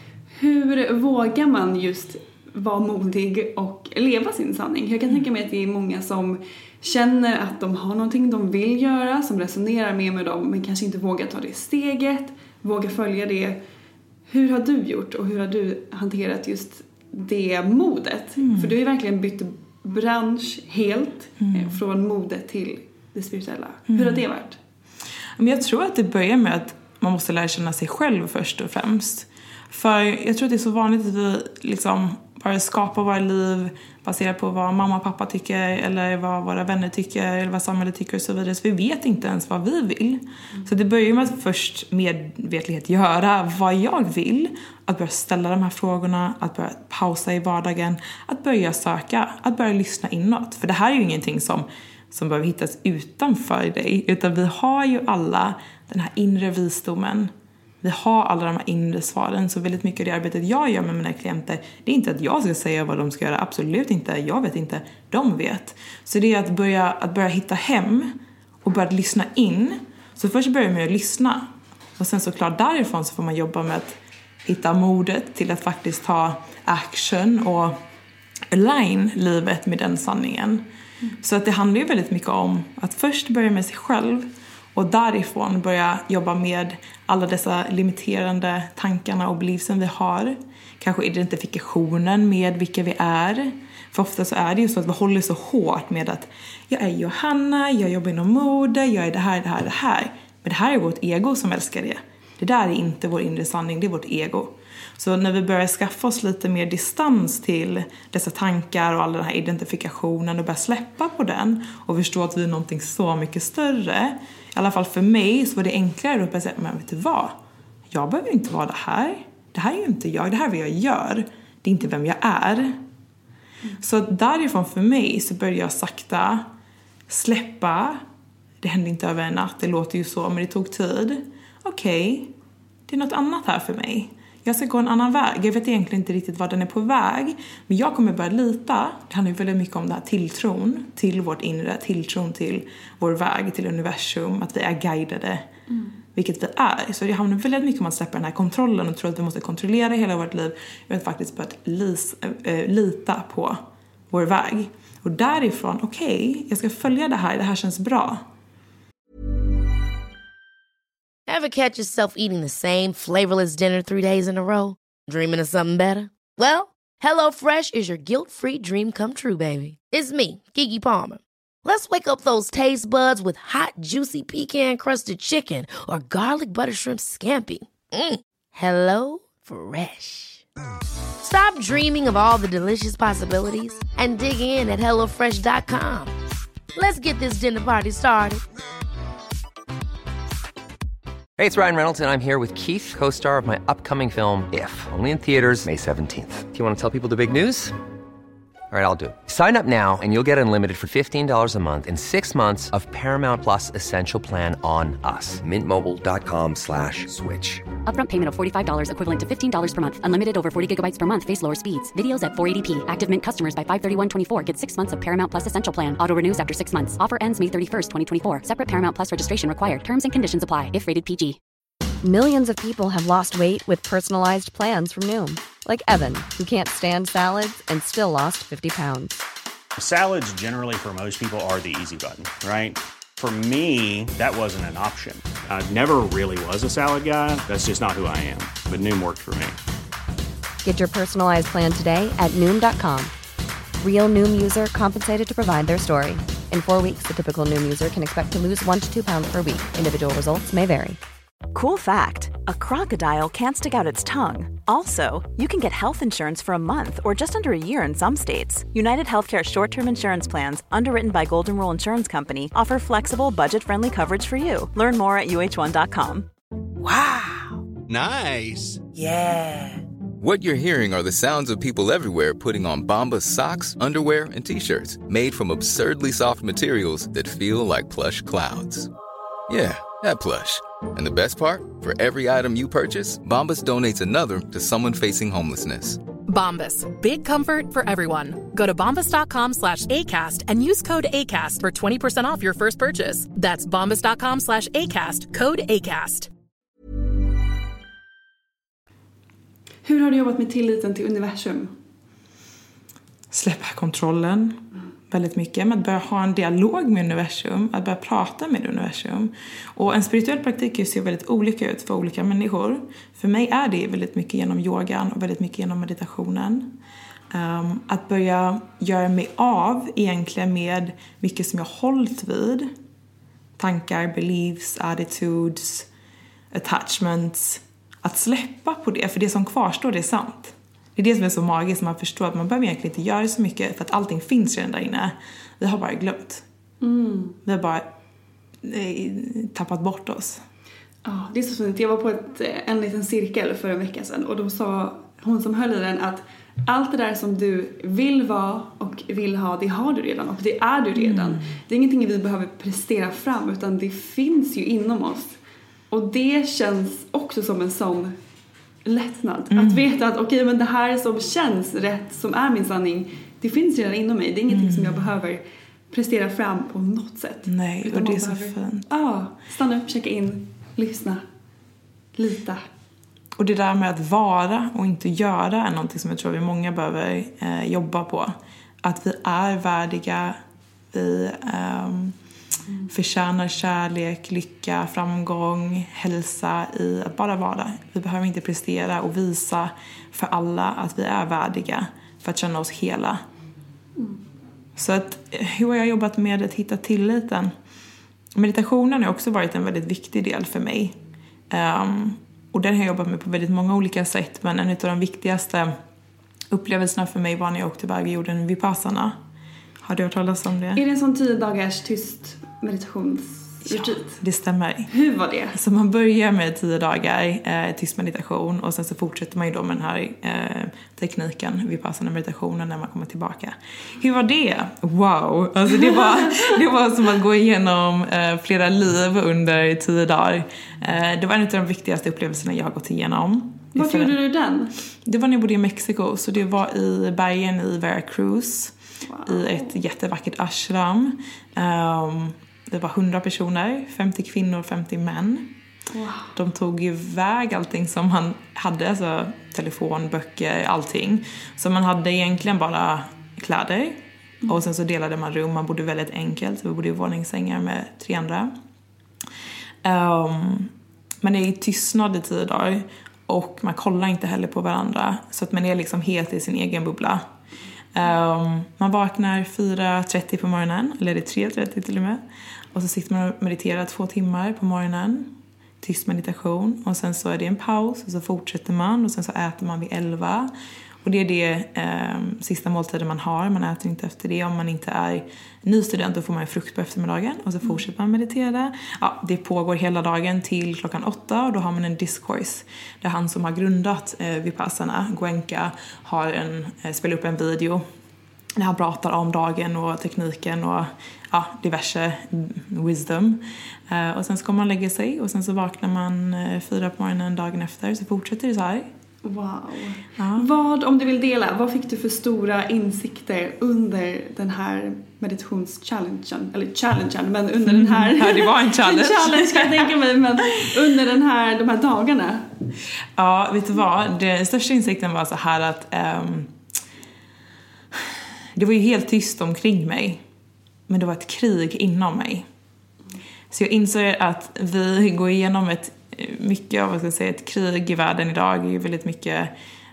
Hur vågar man just vara modig och leva sin sanning? Jag kan tänka mig att det är många som känner att de har någonting de vill göra, som resonerar mer med dem, men kanske inte vågar ta det steget, vågar följa det. Hur har du gjort och hur har du hanterat just det modet? Mm. För du har ju verkligen bytt bransch helt mm. från modet till det spirituella. Mm. Hur har det varit? Men jag tror att det börjar med att man måste lära känna sig själv först och främst. För jag tror att det är så vanligt att vi liksom bara skapar våra liv baserat på vad mamma och pappa tycker eller vad våra vänner tycker eller vad samhället tycker och så vidare. Så vi vet inte ens vad vi vill. Mm. Så det börjar med att först medvetenhet göra vad jag vill. Att börja ställa de här frågorna, att börja pausa i vardagen, att börja söka, att börja lyssna inåt. För det här är ju ingenting som, som behöver hittas utanför dig, utan vi har ju alla den här inre visdomen. Vi har alla de här inre svaren. Så väldigt mycket av det arbetet jag gör med mina klienter, det är inte att jag ska säga vad de ska göra. Absolut inte. Jag vet inte. De vet. Så det är att börja, att börja hitta hem och börja lyssna in. Så först börjar man med att lyssna. Och sen såklart därifrån så får man jobba med att hitta modet till att faktiskt ta action och align livet med den sanningen. Mm. Så att det handlar ju väldigt mycket om att först börja med sig själv. Och därifrån börja jobba med alla dessa limiterande tankarna och beliefsen vi har. Kanske identifikationen med vilka vi är. För ofta så är det ju så att vi håller så hårt med att jag är Johanna, jag jobbar inom mode, jag är det här, det här, det här. Men det här är vårt ego som älskar det. Det där är inte vår inre sanning, det är vårt ego. Så när vi börjar skaffa oss lite mer distans till dessa tankar och all den här identifikationen och börja släppa på den och förstå att vi är någonting så mycket större. I alla fall för mig så var det enklare att säga, men vet du vad? Jag behöver inte vara det här. Det här är ju inte jag, det här är vad jag gör. Det är inte vem jag är. Mm. Så därifrån för mig så började jag sakta släppa det hände inte över en natt, det låter ju så, men det tog tid. Okej, okay, det är något annat här för mig. Jag ska gå en annan väg. Jag vet egentligen inte riktigt var den är på väg. Men jag kommer börja lita. Det handlar ju väldigt mycket om den här tilltron till vårt inre. Tilltron till vår väg, till universum. Att vi är guidade. Mm. Vilket vi är. Så det handlar väldigt mycket om att släppa den här kontrollen. Och tro att vi måste kontrollera hela vårt liv. Men faktiskt börja lis, äh, lita på vår väg. Och därifrån, okej, okay, jag ska följa det här. Det här känns bra. Ever catch yourself eating the same flavorless dinner three days in a row? Dreaming of something better? Well, HelloFresh is your guilt-free dream come true, baby. It's me, Keke Palmer. Let's wake up those taste buds with hot, juicy pecan-crusted chicken or garlic butter shrimp scampi. Mm. Hello Fresh. Stop dreaming of all the delicious possibilities and dig in at hello fresh dot com. Let's get this dinner party started. Hey, it's Ryan Reynolds, and I'm here with Keith, co-star of my upcoming film, If, only in theaters May seventeenth. Do you want to tell people the big news? All right, I'll do it. Sign up now and you'll get unlimited for fifteen dollars a month and six months of Paramount Plus Essential Plan on us. Mint Mobile dot com slash switch. Upfront payment of forty-five dollars equivalent to fifteen dollars per month. Unlimited over forty gigabytes per month. Face lower speeds. Videos at four eighty p. Active Mint customers by five thirty-one twenty-four get six months of Paramount Plus Essential Plan. Auto renews after six months. Offer ends May thirty-first, twenty twenty-four. Separate Paramount Plus registration required. Terms and conditions apply if rated P G. Millions of people have lost weight with personalized plans from Noom. Like Evan, who can't stand salads and still lost fifty pounds. Salads generally for most people are the easy button, right? For me, that wasn't an option. I never really was a salad guy. That's just not who I am. But Noom worked for me. Get your personalized plan today at Noom dot com. Real Noom user compensated to provide their story. In four weeks, the typical Noom user can expect to lose one to two pounds per week. Individual results may vary. Cool fact, a crocodile can't stick out its tongue. Also, you can get health insurance for a month or just under a year in some states. United Healthcare short-term insurance plans, underwritten by Golden Rule Insurance Company, offer flexible, budget-friendly coverage for you. Learn more at U H one dot com. Wow! Nice! Yeah! What you're hearing are the sounds of people everywhere putting on Bombas socks, underwear, and T-shirts made from absurdly soft materials that feel like plush clouds. Yeah, that plush. And the best part? For every item you purchase, Bombas donates another to someone facing homelessness. Bombas. Big comfort for everyone. Go to bombas dot com slash ACAST and use code ACAST for twenty percent off your first purchase. That's bombas dot com slash ACAST. Code ACAST. Hur har du jobbat med tilliten till universum? Släppa kontrollen. Väldigt mycket, med att börja ha en dialog med universum, att börja prata med universum. Och en spirituell praktik ser väldigt olika ut för olika människor. För mig är det väldigt mycket genom yogan och väldigt mycket genom meditationen. Um, att börja göra mig av egentligen med mycket som jag hållit vid. Tankar, beliefs, attitudes, attachments. Att släppa på det, för det som kvarstår det är sant. Det är det som är så magiskt, man förstår att man behöver egentligen inte göra så mycket för att allting finns redan där inne. Vi har bara glömt. Mm. Vi har bara eh, tappat bort oss. Ja, det är så fint. Jag var på ett, en liten cirkel för en vecka sedan och då sa hon som höll i den att allt det där som du vill vara och vill ha, det har du redan och det är du redan. Mm. Det är ingenting vi behöver prestera fram utan det finns ju inom oss. Och det känns också som en sån lättnad. Mm. Att veta att okej, okay, men det här som känns rätt, som är min sanning, det finns redan inom mig. Det är ingenting mm. som jag behöver prestera fram på något sätt. Nej, utan och det är så fint. Ja, stanna upp, checka in, lyssna, lita. Och det där med att vara och inte göra är någonting som jag tror vi många behöver eh, jobba på. Att vi är värdiga, vi eh, mm. förtjänar kärlek, lycka, framgång, hälsa i att bara vara. Vi behöver inte prestera och visa för alla att vi är värdiga för att känna oss hela. Mm. Så att, hur har jag jobbat med att hitta tilliten? Meditationen har också varit en väldigt viktig del för mig. Um, och den har jag jobbat med på väldigt många olika sätt. Men en av de viktigaste upplevelserna för mig var när jag åkte iväg och gjorde en vipassana. Har du hört talas om det? Är det en sån tio dagars tyst meditations... retreat. Det stämmer. Hur var det? Så man börjar med tio dagar eh, tyst meditation och sen så fortsätter man ju då med den här eh, tekniken vipassana meditationen när man kommer tillbaka. Hur var det? Wow! Alltså det var, det var som att gå igenom eh, flera liv under tio dagar. Eh, det var en av de viktigaste upplevelserna jag har gått igenom. Vart gjorde du den? Det var när jag bodde i Mexiko, så det var i bergen i Veracruz. Wow. I ett jättevackert ashram. Um, det var hundra personer, femtio kvinnor, femtio män. Wow. De tog iväg allting som han hade, alltså telefon, böcker, allting. Så man hade egentligen bara kläder. Mm. Och sen så delade man rum, man bodde väldigt enkelt. Vi bodde i våningssängar med tre andra. Um, man är i tystnad i tio dagar. Och man kollar inte heller på varandra. Så att man är liksom helt i sin egen bubbla. Um, man vaknar fyra trettio på morgonen. Eller är det tre trettio till och med. Och så sitter man och mediterar två timmar på morgonen. Tyst meditation. Och sen så är det en paus. Och så fortsätter man. Och sen så äter man vid elva. Och det är det eh, sista måltiden man har. Man äter inte efter det. Om man inte är ny student då får man frukt på eftermiddagen. Och så fortsätter man meditera. Ja, det pågår hela dagen till klockan åtta. Och då har man en discourse. Där han som har grundat eh, Vipassana, Goenka, har en, eh, spelar upp en video. Där han pratar om dagen och tekniken och ja, diverse wisdom. Eh, och sen ska man lägga sig. Och sen så vaknar man eh, fyra på morgonen dagen efter. Så fortsätter det så här. Wow. Ja. Vad, om du vill dela, vad fick du för stora insikter under den här meditationschallengen? Eller challengen, men under den här... Ja, det var en challenge. En challenge kan jag tänka mig, men under den här, de här dagarna. Ja, vet du vad? Den största insikten var så här att um, det var ju helt tyst omkring mig. Men det var ett krig inom mig. Så jag insåg att vi går igenom ett mycket av vad ska jag säga, ett krig i världen idag. Det är ju väldigt mycket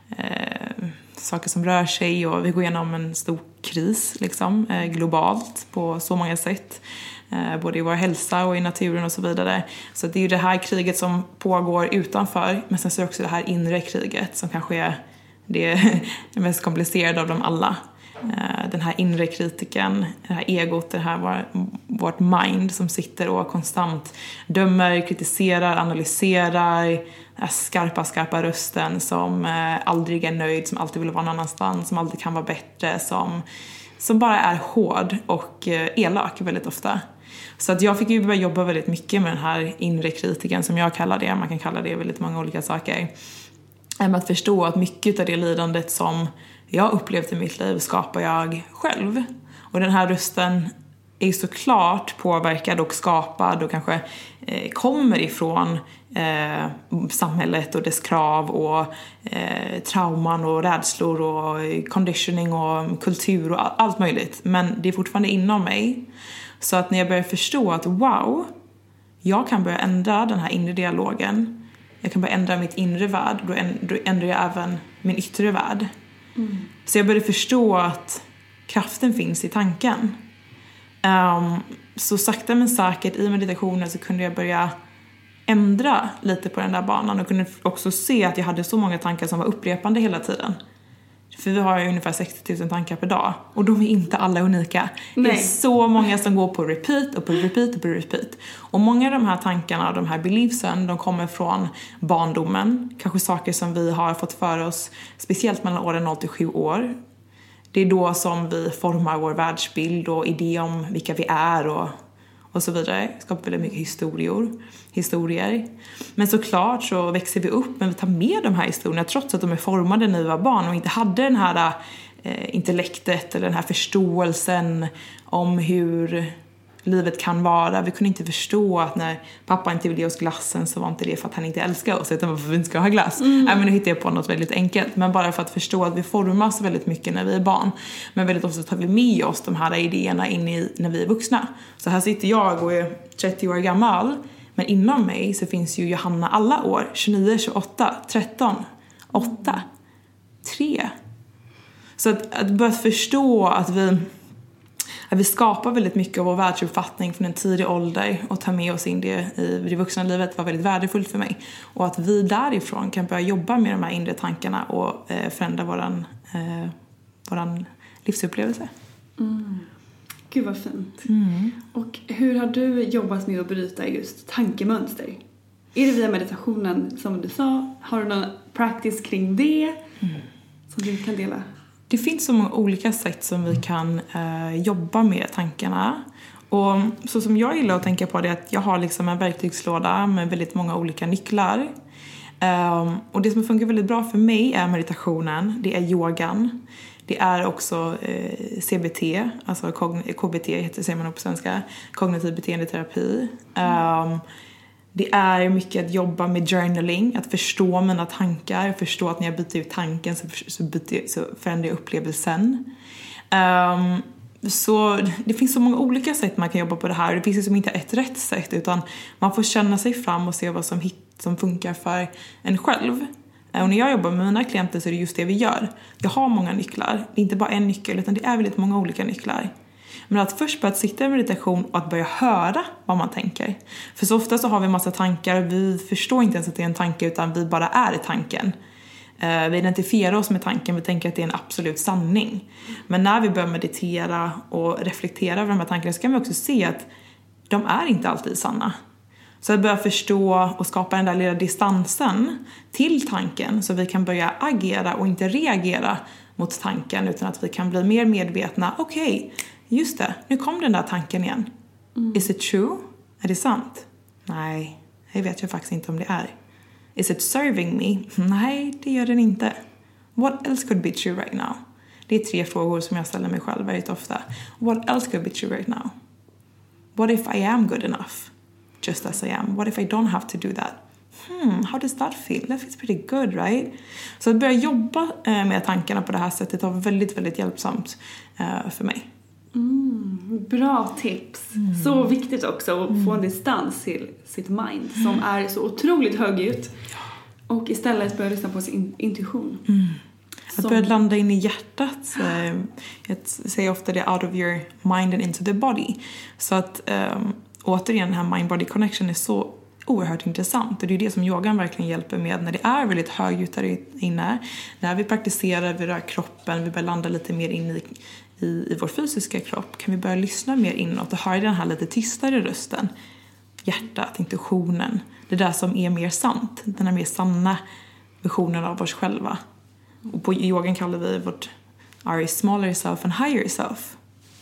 eh, saker som rör sig och vi går igenom en stor kris liksom, eh, globalt på så många sätt. Eh, både i vår hälsa och i naturen och så vidare. Så det är ju det här kriget som pågår utanför, men sen så är det också det här inre kriget som kanske är det, det mest komplicerade av dem alla. Den här inre kritiken, det här egot, det här vårt mind som sitter och konstant dömer, kritiserar, analyserar, den här skarpa, skarpa rösten som aldrig är nöjd, som alltid vill vara någon annanstans, som alltid kan vara bättre, som, som bara är hård och elak väldigt ofta. Så att jag fick ju börja jobba väldigt mycket med den här inre kritiken som jag kallar det. Man kan kalla det väldigt många olika saker. Att förstå att mycket av det lidandet som jag upplevt i mitt liv skapar jag själv. Och den här rösten är såklart påverkad och skapad och kanske eh, kommer ifrån eh, samhället och dess krav och eh, trauman och rädslor och conditioning och kultur och allt möjligt. Men det är fortfarande inom mig. Så att när jag börjar förstå att wow, jag kan börja ändra den här inre dialogen. Jag kan börja ändra mitt inre värld. Då ändrar jag även min yttre värld. Mm. Så jag började förstå att kraften finns i tanken. Um, så sakta men säkert i meditationen så kunde jag börja ändra lite på den där banan. Och kunde också se att jag hade så många tankar som var upprepande hela tiden. För vi har ju ungefär sextio tusen tankar per dag. Och de är inte alla unika. Nej. Det är så många som går på repeat och på repeat och på repeat. Och många av de här tankarna och de här beliefsen, de kommer från barndomen. Kanske saker som vi har fått för oss, speciellt mellan åren noll till sju år. Det är då som vi formar vår världsbild och idé om vilka vi är och, och så vidare. Det skapar väldigt mycket historier, historier. Men såklart så växer vi upp, men vi tar med de här historierna trots att de är formade när vi var barn och inte hade den här eh, intellektet eller den här förståelsen om hur livet kan vara. Vi kunde inte förstå att när pappa inte ville ge oss glassen så var inte det för att han inte älskar oss utan för att vi inte ska ha glass. Mm. Äh, men nu hittar jag på något väldigt enkelt. Men bara för att förstå att vi formas väldigt mycket när vi är barn. Men väldigt ofta tar vi med oss de här idéerna in i när vi är vuxna. Så här sitter jag och är trettio år gammal. Men inom mig så finns ju Johanna alla år. tjugonio, tjugoåtta, tretton, åtta, tre. Så att, att börja förstå att vi... Att vi skapar väldigt mycket av vår världsuppfattning från en tidig ålder och tar med oss in det i det vuxna livet var väldigt värdefullt för mig. Och att vi därifrån kan börja jobba med de här inre tankarna och eh, förändra våran, eh, våran livsupplevelse. Mm. Gud vad fint. Mm. Och hur har du jobbat med att bryta just tankemönster? Är det via meditationen som du sa? Har du någon practice kring det mm. som du kan dela? Det finns så många olika sätt som vi kan eh, jobba med tankarna. Och så som jag gillar att tänka på det är att jag har liksom en verktygslåda med väldigt många olika nycklar. Um, och det som funkar väldigt bra för mig är meditationen, det är yogan. Det är också eh, C B T, alltså K B T heter, säger man på svenska, kognitiv beteendeterapi. Um, det är mycket att jobba med journaling, att förstå mina tankar, förstå att när jag byter ut tanken så, så, byter, så förändrar jag upplevelsen. Um, så det finns så många olika sätt man kan jobba på det här. Det finns liksom inte ett rätt sätt, utan man får känna sig fram och se vad som, hit, som funkar för en själv. Och när jag jobbar med mina klienter så är det just det vi gör. Jag har många nycklar. Det är inte bara en nyckel, utan det är väldigt många olika nycklar. Men att först börja sitta i meditation och att börja höra vad man tänker. För så ofta så har vi en massa tankar och vi förstår inte ens att det är en tanke, utan vi bara är i tanken. Vi identifierar oss med tanken, vi tänker att det är en absolut sanning. Men när vi börjar meditera och reflektera över de här tankarna så kan vi också se att de är inte alltid sanna. Så att börja förstå och skapa den där lilla distansen till tanken så vi kan börja agera och inte reagera mot tanken, utan att vi kan bli mer medvetna. Okej, okay, just det, nu kom den där tanken igen. Mm. Is it true? Är det sant? Nej, jag vet jag faktiskt inte om det är. Is it serving me? Nej, det gör den inte. What else could be true right now? Det är tre frågor som jag ställer mig själv väldigt ofta. What else could be true right now? What if I am good enough? Just as I am. What if I don't have to do that? Hmm, how does that feel? That feels pretty good, right? Så att börja jobba med tankarna på det här sättet var väldigt, väldigt hjälpsamt för mig. Mm, bra tips. Mm. Så viktigt också att mm. få en distans till sitt mind som mm. är så otroligt högljutt. Och istället börja lyssna på sin intuition. Mm. Att som... börja landa in i hjärtat. Jag säger ofta det, out of your mind and into the body. Så att um, återigen, den här mind-body connection är så oerhört intressant. Och det är det som yogan verkligen hjälper med när det är väldigt högljutt där inne. När vi praktiserar, vi rör kroppen, vi börjar landa lite mer in i, i, i vår fysiska kropp. Kan vi börja lyssna mer inåt och höra den här lite tystare rösten. Hjärtat, intuitionen. Det där som är mer sant. Den här mer sanna versionen av oss själva. Och på yogan kallar vi vårt our smaller self and higher self.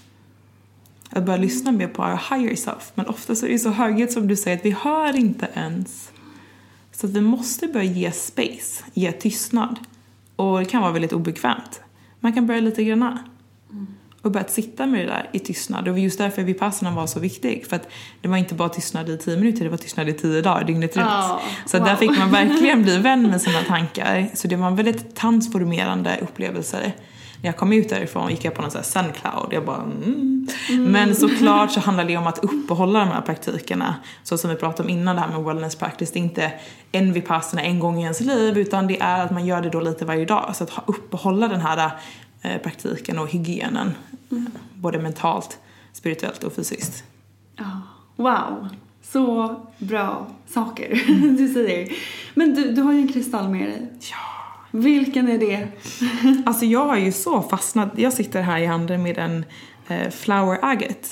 Att börja lyssna mer på our higher self. Men ofta så är det så högt som du säger att vi hör inte ens. Så att vi måste börja ge space, ge tystnad. Och det kan vara väldigt obekvämt. Man kan börja lite grann. Och börja sitta med det där i tystnad. Och just därför Vipassana var så viktig. För att det var inte bara tystnad i tio minuter, det var tystnad i tio dagar, dygnet runt. Oh, så wow. Där fick man verkligen bli vän med sina tankar. Så det var en väldigt transformerande upplevelse. När jag kom ut därifrån gick jag på någon sån här sun cloud. Jag bara, mm. Mm. Men såklart så handlar det om att uppehålla de här praktikerna. Så som vi pratade om innan det här med wellness practice. Det är inte en Vipassana en gång i ens liv. Utan det är att man gör det då lite varje dag. Så att uppehålla den här eh, praktiken och hygienen. Mm. Både mentalt, spirituellt och fysiskt. Oh, wow. Så bra saker mm. du säger. Men du, du har ju en kristall med dig. Ja. Vilken är det? Alltså jag har ju så fastnat. Jag sitter här i handen med en eh, flower agate.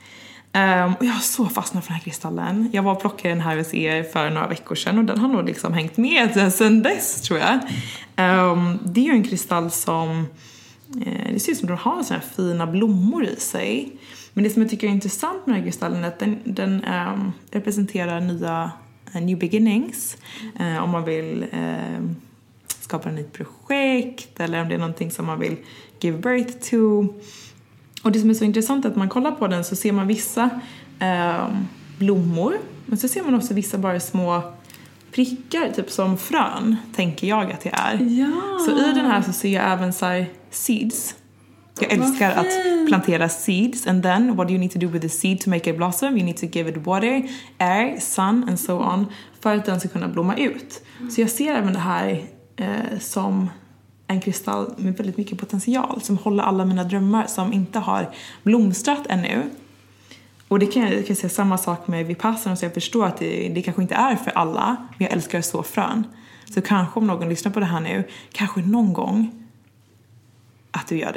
Um, och jag har så fastnat för den här kristallen. Jag var och plockade den här hos er för några veckor sedan. Och den har nog liksom hängt med sedan dess, tror jag. Um, det är ju en kristall som... Eh, det ser ut som att den har såna här fina blommor i sig. Men det som jag tycker är intressant med den här kristallen är att den, den um, representerar nya uh, new beginnings. Uh, om man vill... Uh, skapa ett nytt projekt eller om det är någonting som man vill give birth to. Och det som är så intressant är att man kollar på den så ser man vissa eh, blommor, men så ser man också vissa bara små prickar, typ som frön, tänker jag att det är. Ja. Så i den här så ser jag även så här seeds. Jag älskar att plantera seeds, and then what do you need to do with the seed to make it blossom? You need to give it water, air, sun and so on för att den ska kunna blomma ut. Så jag ser även det här Eh, som en kristall med väldigt mycket potential som håller alla mina drömmar som inte har blomstrat ännu. Och det kan jag, jag kan säga samma sak med Vipassana, så jag förstår att det, det kanske inte är för alla, men jag älskar så frön. Så kanske om någon lyssnar på det här nu, kanske någon gång att du gör det.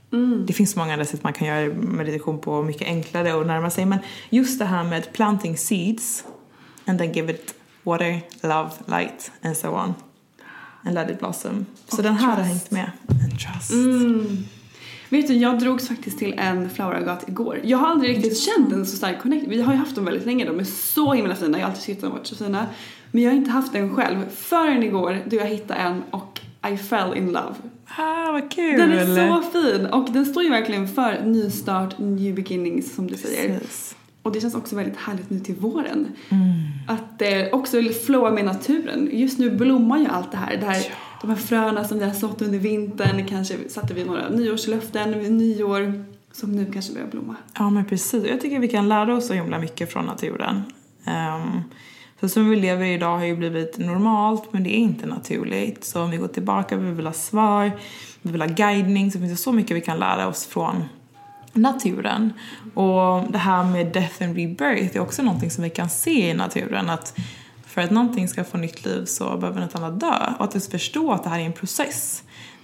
Mm. Det finns många andra sätt man kan göra meditation på, mycket enklare och närma sig. Men just det här med planting seeds and then give it water, love, light and so on. And let it blossom. Så den här har hängt med. And trust. Mm. Vet du, jag drogs faktiskt till en flower-agat igår. Jag har aldrig riktigt känt en så stark connect. Vi har ju haft dem väldigt länge. De är så himla fina. Jag har alltid tyckt dem varit så fina. Men jag har inte haft den själv förrän igår då jag hittade en och I fell in love. Ah, vad kul! Den är så fin. Och den står ju verkligen för nystart, new beginnings som du säger. Precis. Och det känns också väldigt härligt nu till våren. Mm. Att det också flowar med naturen. Just nu blommar ju allt det här. Det här ja. De här fröna som vi har sått under vintern. Kanske satte vi några nyårslöften vid nyår. Som nu kanske börjar blomma. Ja, men precis. Jag tycker vi kan lära oss så himla mycket från naturen. Um, så som vi lever idag har ju blivit normalt. Men det är inte naturligt. Så om vi går tillbaka, vi vill ha svar. Vi vill ha guidning. Så finns det så mycket vi kan lära oss från naturen. Och det här med death and rebirth är också någonting som vi kan se i naturen. Att för att någonting ska få nytt liv så behöver något annat dö. Och att just förstå att det här är en process.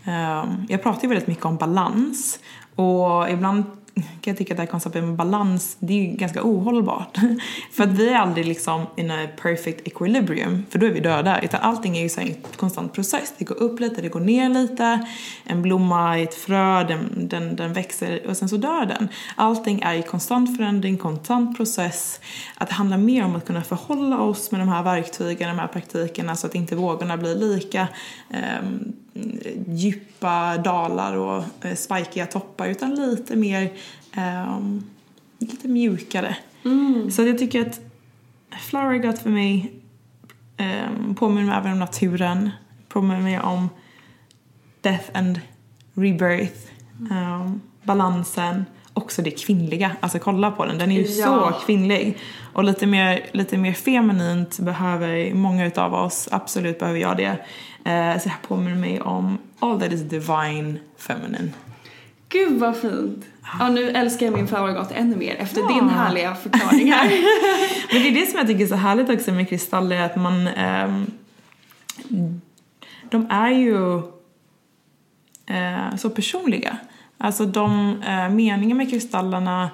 Jag pratar ju väldigt mycket om balans. Och ibland kan jag tycka att det här konceptet med balans, det är ju ganska ohållbart. För att vi är aldrig liksom in a perfect equilibrium. För då är vi döda. Utan allting är ju så en konstant process. Det går upp lite, det går ner lite. En blomma i ett frö, den, den, den växer och sen så dör den. Allting är i konstant förändring, konstant process. Att det handlar mer om att kunna förhålla oss med de här verktygen, de här praktikerna. Så att inte vågorna blir lika um, djupa dalar och eh, spikiga toppar. Utan lite mer Um, lite mjukare. Mm. Så jag tycker att flower-agat för mig um, påminner mig även om naturen. Påminner mig om death and rebirth. Um, balansen. Också det kvinnliga. Alltså kolla på den. Den är ju ja. så kvinnlig. Och lite mer, lite mer feminint behöver många utav oss. Absolut behöver jag det. Uh, så jag påminner mig om all that is divine feminine. Gud vad fint. Ja, nu älskar jag min flower-agat ännu mer efter ja. din härliga förklaring här. Men det är det som jag tycker är så härligt också med kristaller. Att man... Um, de är ju uh, så personliga. Alltså de uh, meningen med kristallerna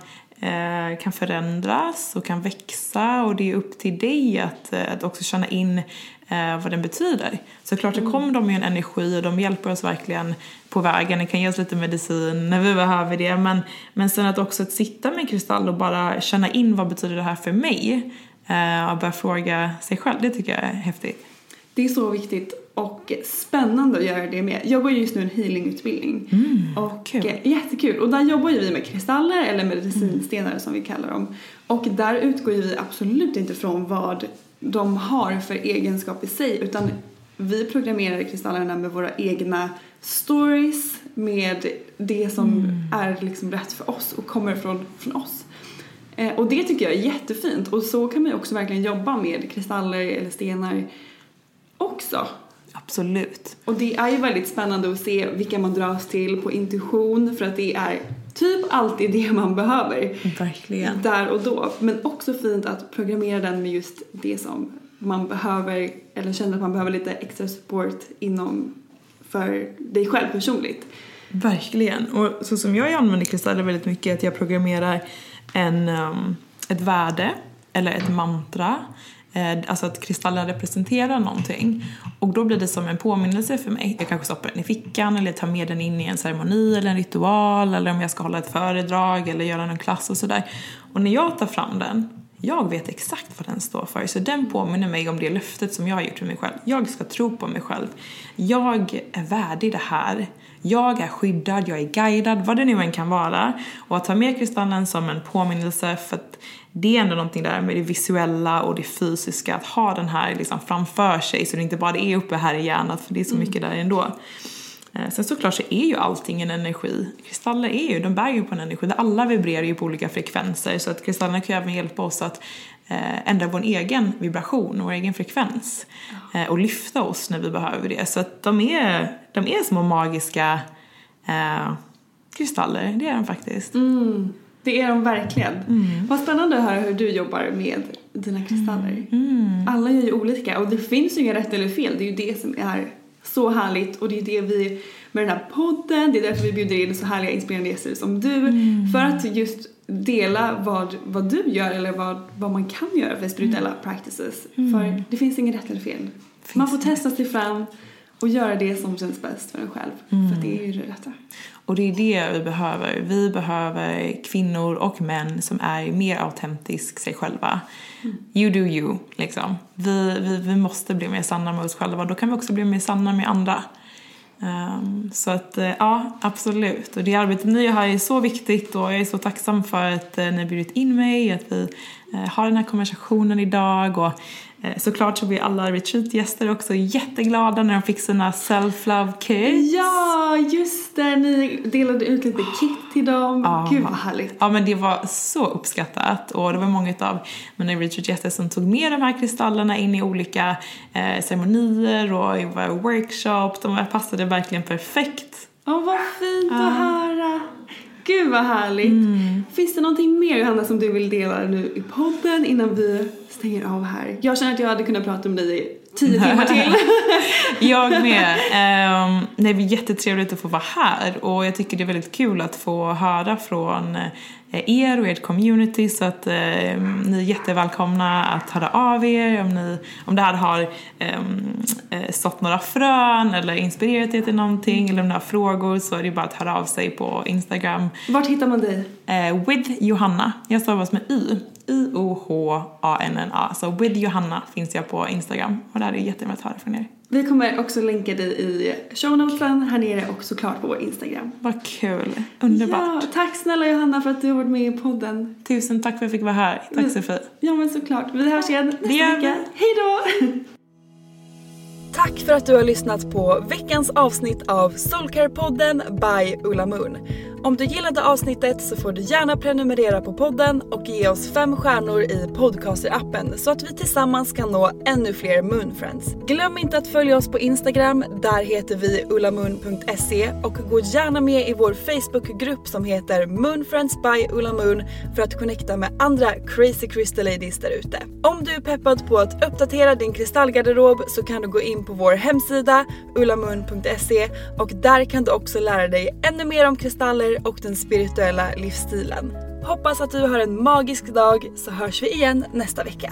uh, kan förändras och kan växa. Och det är upp till dig att, uh, att också känna in uh, vad den betyder. Så klart så kommer de med en energi och de hjälper oss verkligen på vägen. Det kan ge oss lite medicin när vi behöver det. Men, men sen att också att sitta med en kristall och bara känna in vad betyder det här för mig. Uh, och börja fråga sig själv. Det tycker jag är häftigt. Det är så viktigt och spännande att göra det med. Jag går just nu en healingutbildning. Mm, och kul. Jättekul. Och där jobbar ju vi med kristaller eller medicinstenar mm. som vi kallar dem. Och där utgår ju vi absolut inte från vad de har för egenskap i sig. Utan vi programmerar kristallerna med våra egna stories. Med det som mm. är liksom rätt för oss och kommer från, från oss. Eh, och det tycker jag är jättefint. Och så kan man ju också verkligen jobba med kristaller eller stenar också. Absolut. Och det är ju väldigt spännande att se vilka man dras till på intuition. För att det är typ alltid det man behöver. Verkligen. Där och då. Men också fint att programmera den med just det som man behöver. Eller känner att man behöver lite extra support inom för dig själv personligt. Verkligen. Och så som jag använder kristaller väldigt mycket. Att jag programmerar en, um, ett värde. Eller ett mantra. Alltså att kristallen representerar någonting. Och då blir det som en påminnelse för mig. Jag kanske stoppar den i fickan eller tar med den in i en ceremoni eller en ritual. Eller om jag ska hålla ett föredrag eller göra någon klass och sådär. Och när jag tar fram den, jag vet exakt vad den står för. Så den påminner mig om det löftet som jag har gjort för mig själv. Jag ska tro på mig själv. Jag är värdig det här. Jag är skyddad, jag är guidad, vad det nu än kan vara. Och att ta med kristallen som en påminnelse, för att det är ändå någonting där med det visuella och det fysiska. Att ha den här liksom framför sig, så det inte bara är uppe här i hjärnan, för det är så mycket där ändå. Sen såklart så är ju allting en energi. Kristaller är ju, de bär ju på en energi. Alla vibrerar ju på olika frekvenser. Så att kristallerna kan ju även hjälpa oss att eh, ändra vår egen vibration, vår egen frekvens. Eh, och lyfta oss när vi behöver det. Så att de är, de är små magiska eh, kristaller. Det är de faktiskt. Mm. Det är de verkligen. Mm. Vad spännande att höra hur du jobbar med dina kristaller. Mm. Mm. Alla är ju olika och det finns ju inga rätt eller fel. Det är ju det som är så härligt. Och det är det vi med den här podden, det är därför vi bjuder in så härliga inspirerande gäster som du. Mm. För att just dela vad, vad du gör eller vad, vad man kan göra för spirituella mm. practices. Mm. För det finns ingen rätt eller fel. Finns man får testa sig fram och göra det som känns bäst för en själv. Mm. För det är ju det rätta. Och det är det vi behöver. Vi behöver kvinnor och män som är mer autentisk sig själva. Mm. You do you, liksom. Vi, vi, vi måste bli mer sanna med oss själva. Då kan vi också bli mer sanna med andra. Um, så att, uh, ja, absolut. Och det arbetet ni har är så viktigt. Och jag är så tacksam för att uh, ni har bjudit in mig. Att vi uh, har den här konversationen idag. Och såklart så blir alla retreat-gäster också jätteglada när de fick sina self-love kits. Ja, just det. Ni delade ut lite kit till dem. Ja. Gud vad härligt. Ja, men det var så uppskattat. Och det var många av mina retreat-gäster som tog med de här kristallerna in i olika eh, ceremonier och i våra workshops. De passade verkligen perfekt. Åh, vad fint ja. Att höra. Gud vad härligt. Mm. Finns det någonting mer, Johanna, som du vill dela nu i podden innan vi stänger av här? Jag känner att jag hade kunnat prata om dig i tio timmar till. Jag med. Um, det är jättetrevligt att få vara här. Och jag tycker det är väldigt kul att få höra från er och ert community. Så att um, ni är jättevälkomna att höra av er. Om, ni, om det här har um, sått några frön eller inspirerat er till någonting. Eller om ni har frågor, så är det bara att höra av sig på Instagram. Vart hittar man dig? Uh, with Johanna. Jag stavas med Y. I O H A N N A. Så with Johanna finns jag på Instagram. Och där är det jätteroligt att höra från er. Vi kommer också länka dig i shownotesen här nere och såklart på vår Instagram. Vad kul. Underbart. Ja, tack snälla Johanna för att du har varit med i podden. Tusen tack för att jag fick vara här. Tack vi, Sofie. Ja, men såklart. Vi hörs igen nästa vecka. Hej då! Tack för att du har lyssnat på veckans avsnitt av Soulcare-podden by Ulla Moon. Om du gillade avsnittet så får du gärna prenumerera på podden och ge oss fem stjärnor i podcaster-appen så att vi tillsammans kan nå ännu fler Moonfriends. Glöm inte att följa oss på Instagram, där heter vi ullamoon punkt se, och gå gärna med i vår Facebookgrupp som heter Moonfriends by Ulla Moon för att connecta med andra crazy crystal ladies där ute. Om du är peppad på att uppdatera din kristallgarderob så kan du gå in på vår hemsida ullamoon punkt se, och där kan du också lära dig ännu mer om kristaller och den spirituella livsstilen. Hoppas att du har en magisk dag, så hörs vi igen nästa vecka.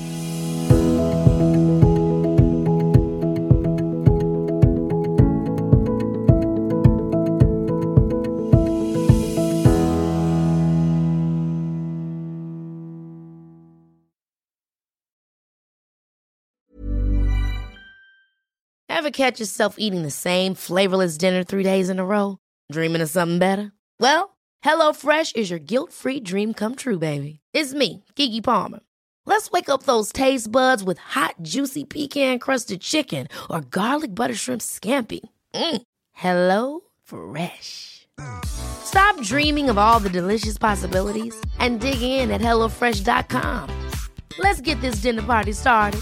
Ever catch yourself eating the same flavorless dinner three days in a row? Dreaming of something better? Well, HelloFresh is your guilt-free dream come true, baby. It's me, Keke Palmer. Let's wake up those taste buds with hot, juicy pecan-crusted chicken or garlic butter shrimp scampi. Mm. Hello Fresh. Stop dreaming of all the delicious possibilities and dig in at hello fresh dot com. Let's get this dinner party started.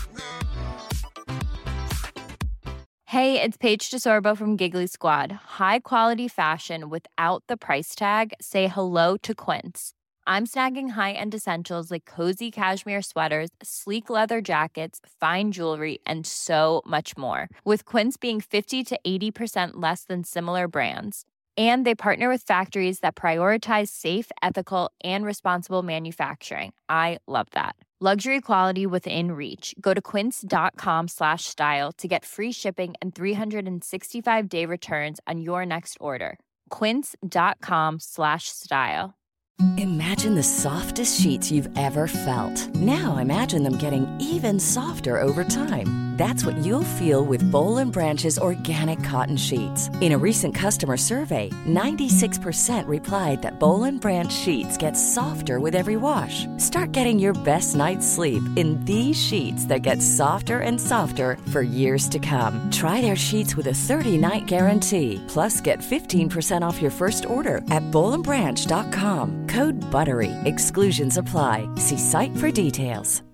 Hey, it's Paige DeSorbo from Giggly Squad. High quality fashion without the price tag. Say hello to Quince. I'm snagging high-end essentials like cozy cashmere sweaters, sleek leather jackets, fine jewelry, and so much more. With Quince being fifty to eighty percent less than similar brands. And they partner with factories that prioritize safe, ethical, and responsible manufacturing. I love that. Luxury quality within reach. Go to quince.com slash style to get free shipping and three sixty-five day returns on your next order. Quince.com slash style. Imagine the softest sheets you've ever felt. Now imagine them getting even softer over time. That's what you'll feel with Boll and Branch's organic cotton sheets. In a recent customer survey, ninety-six percent replied that Boll and Branch sheets get softer with every wash. Start getting your best night's sleep in these sheets that get softer and softer for years to come. Try their sheets with a thirty-night guarantee. Plus, get fifteen percent off your first order at boll and branch dot com. Code BUTTERY. Exclusions apply. See site for details.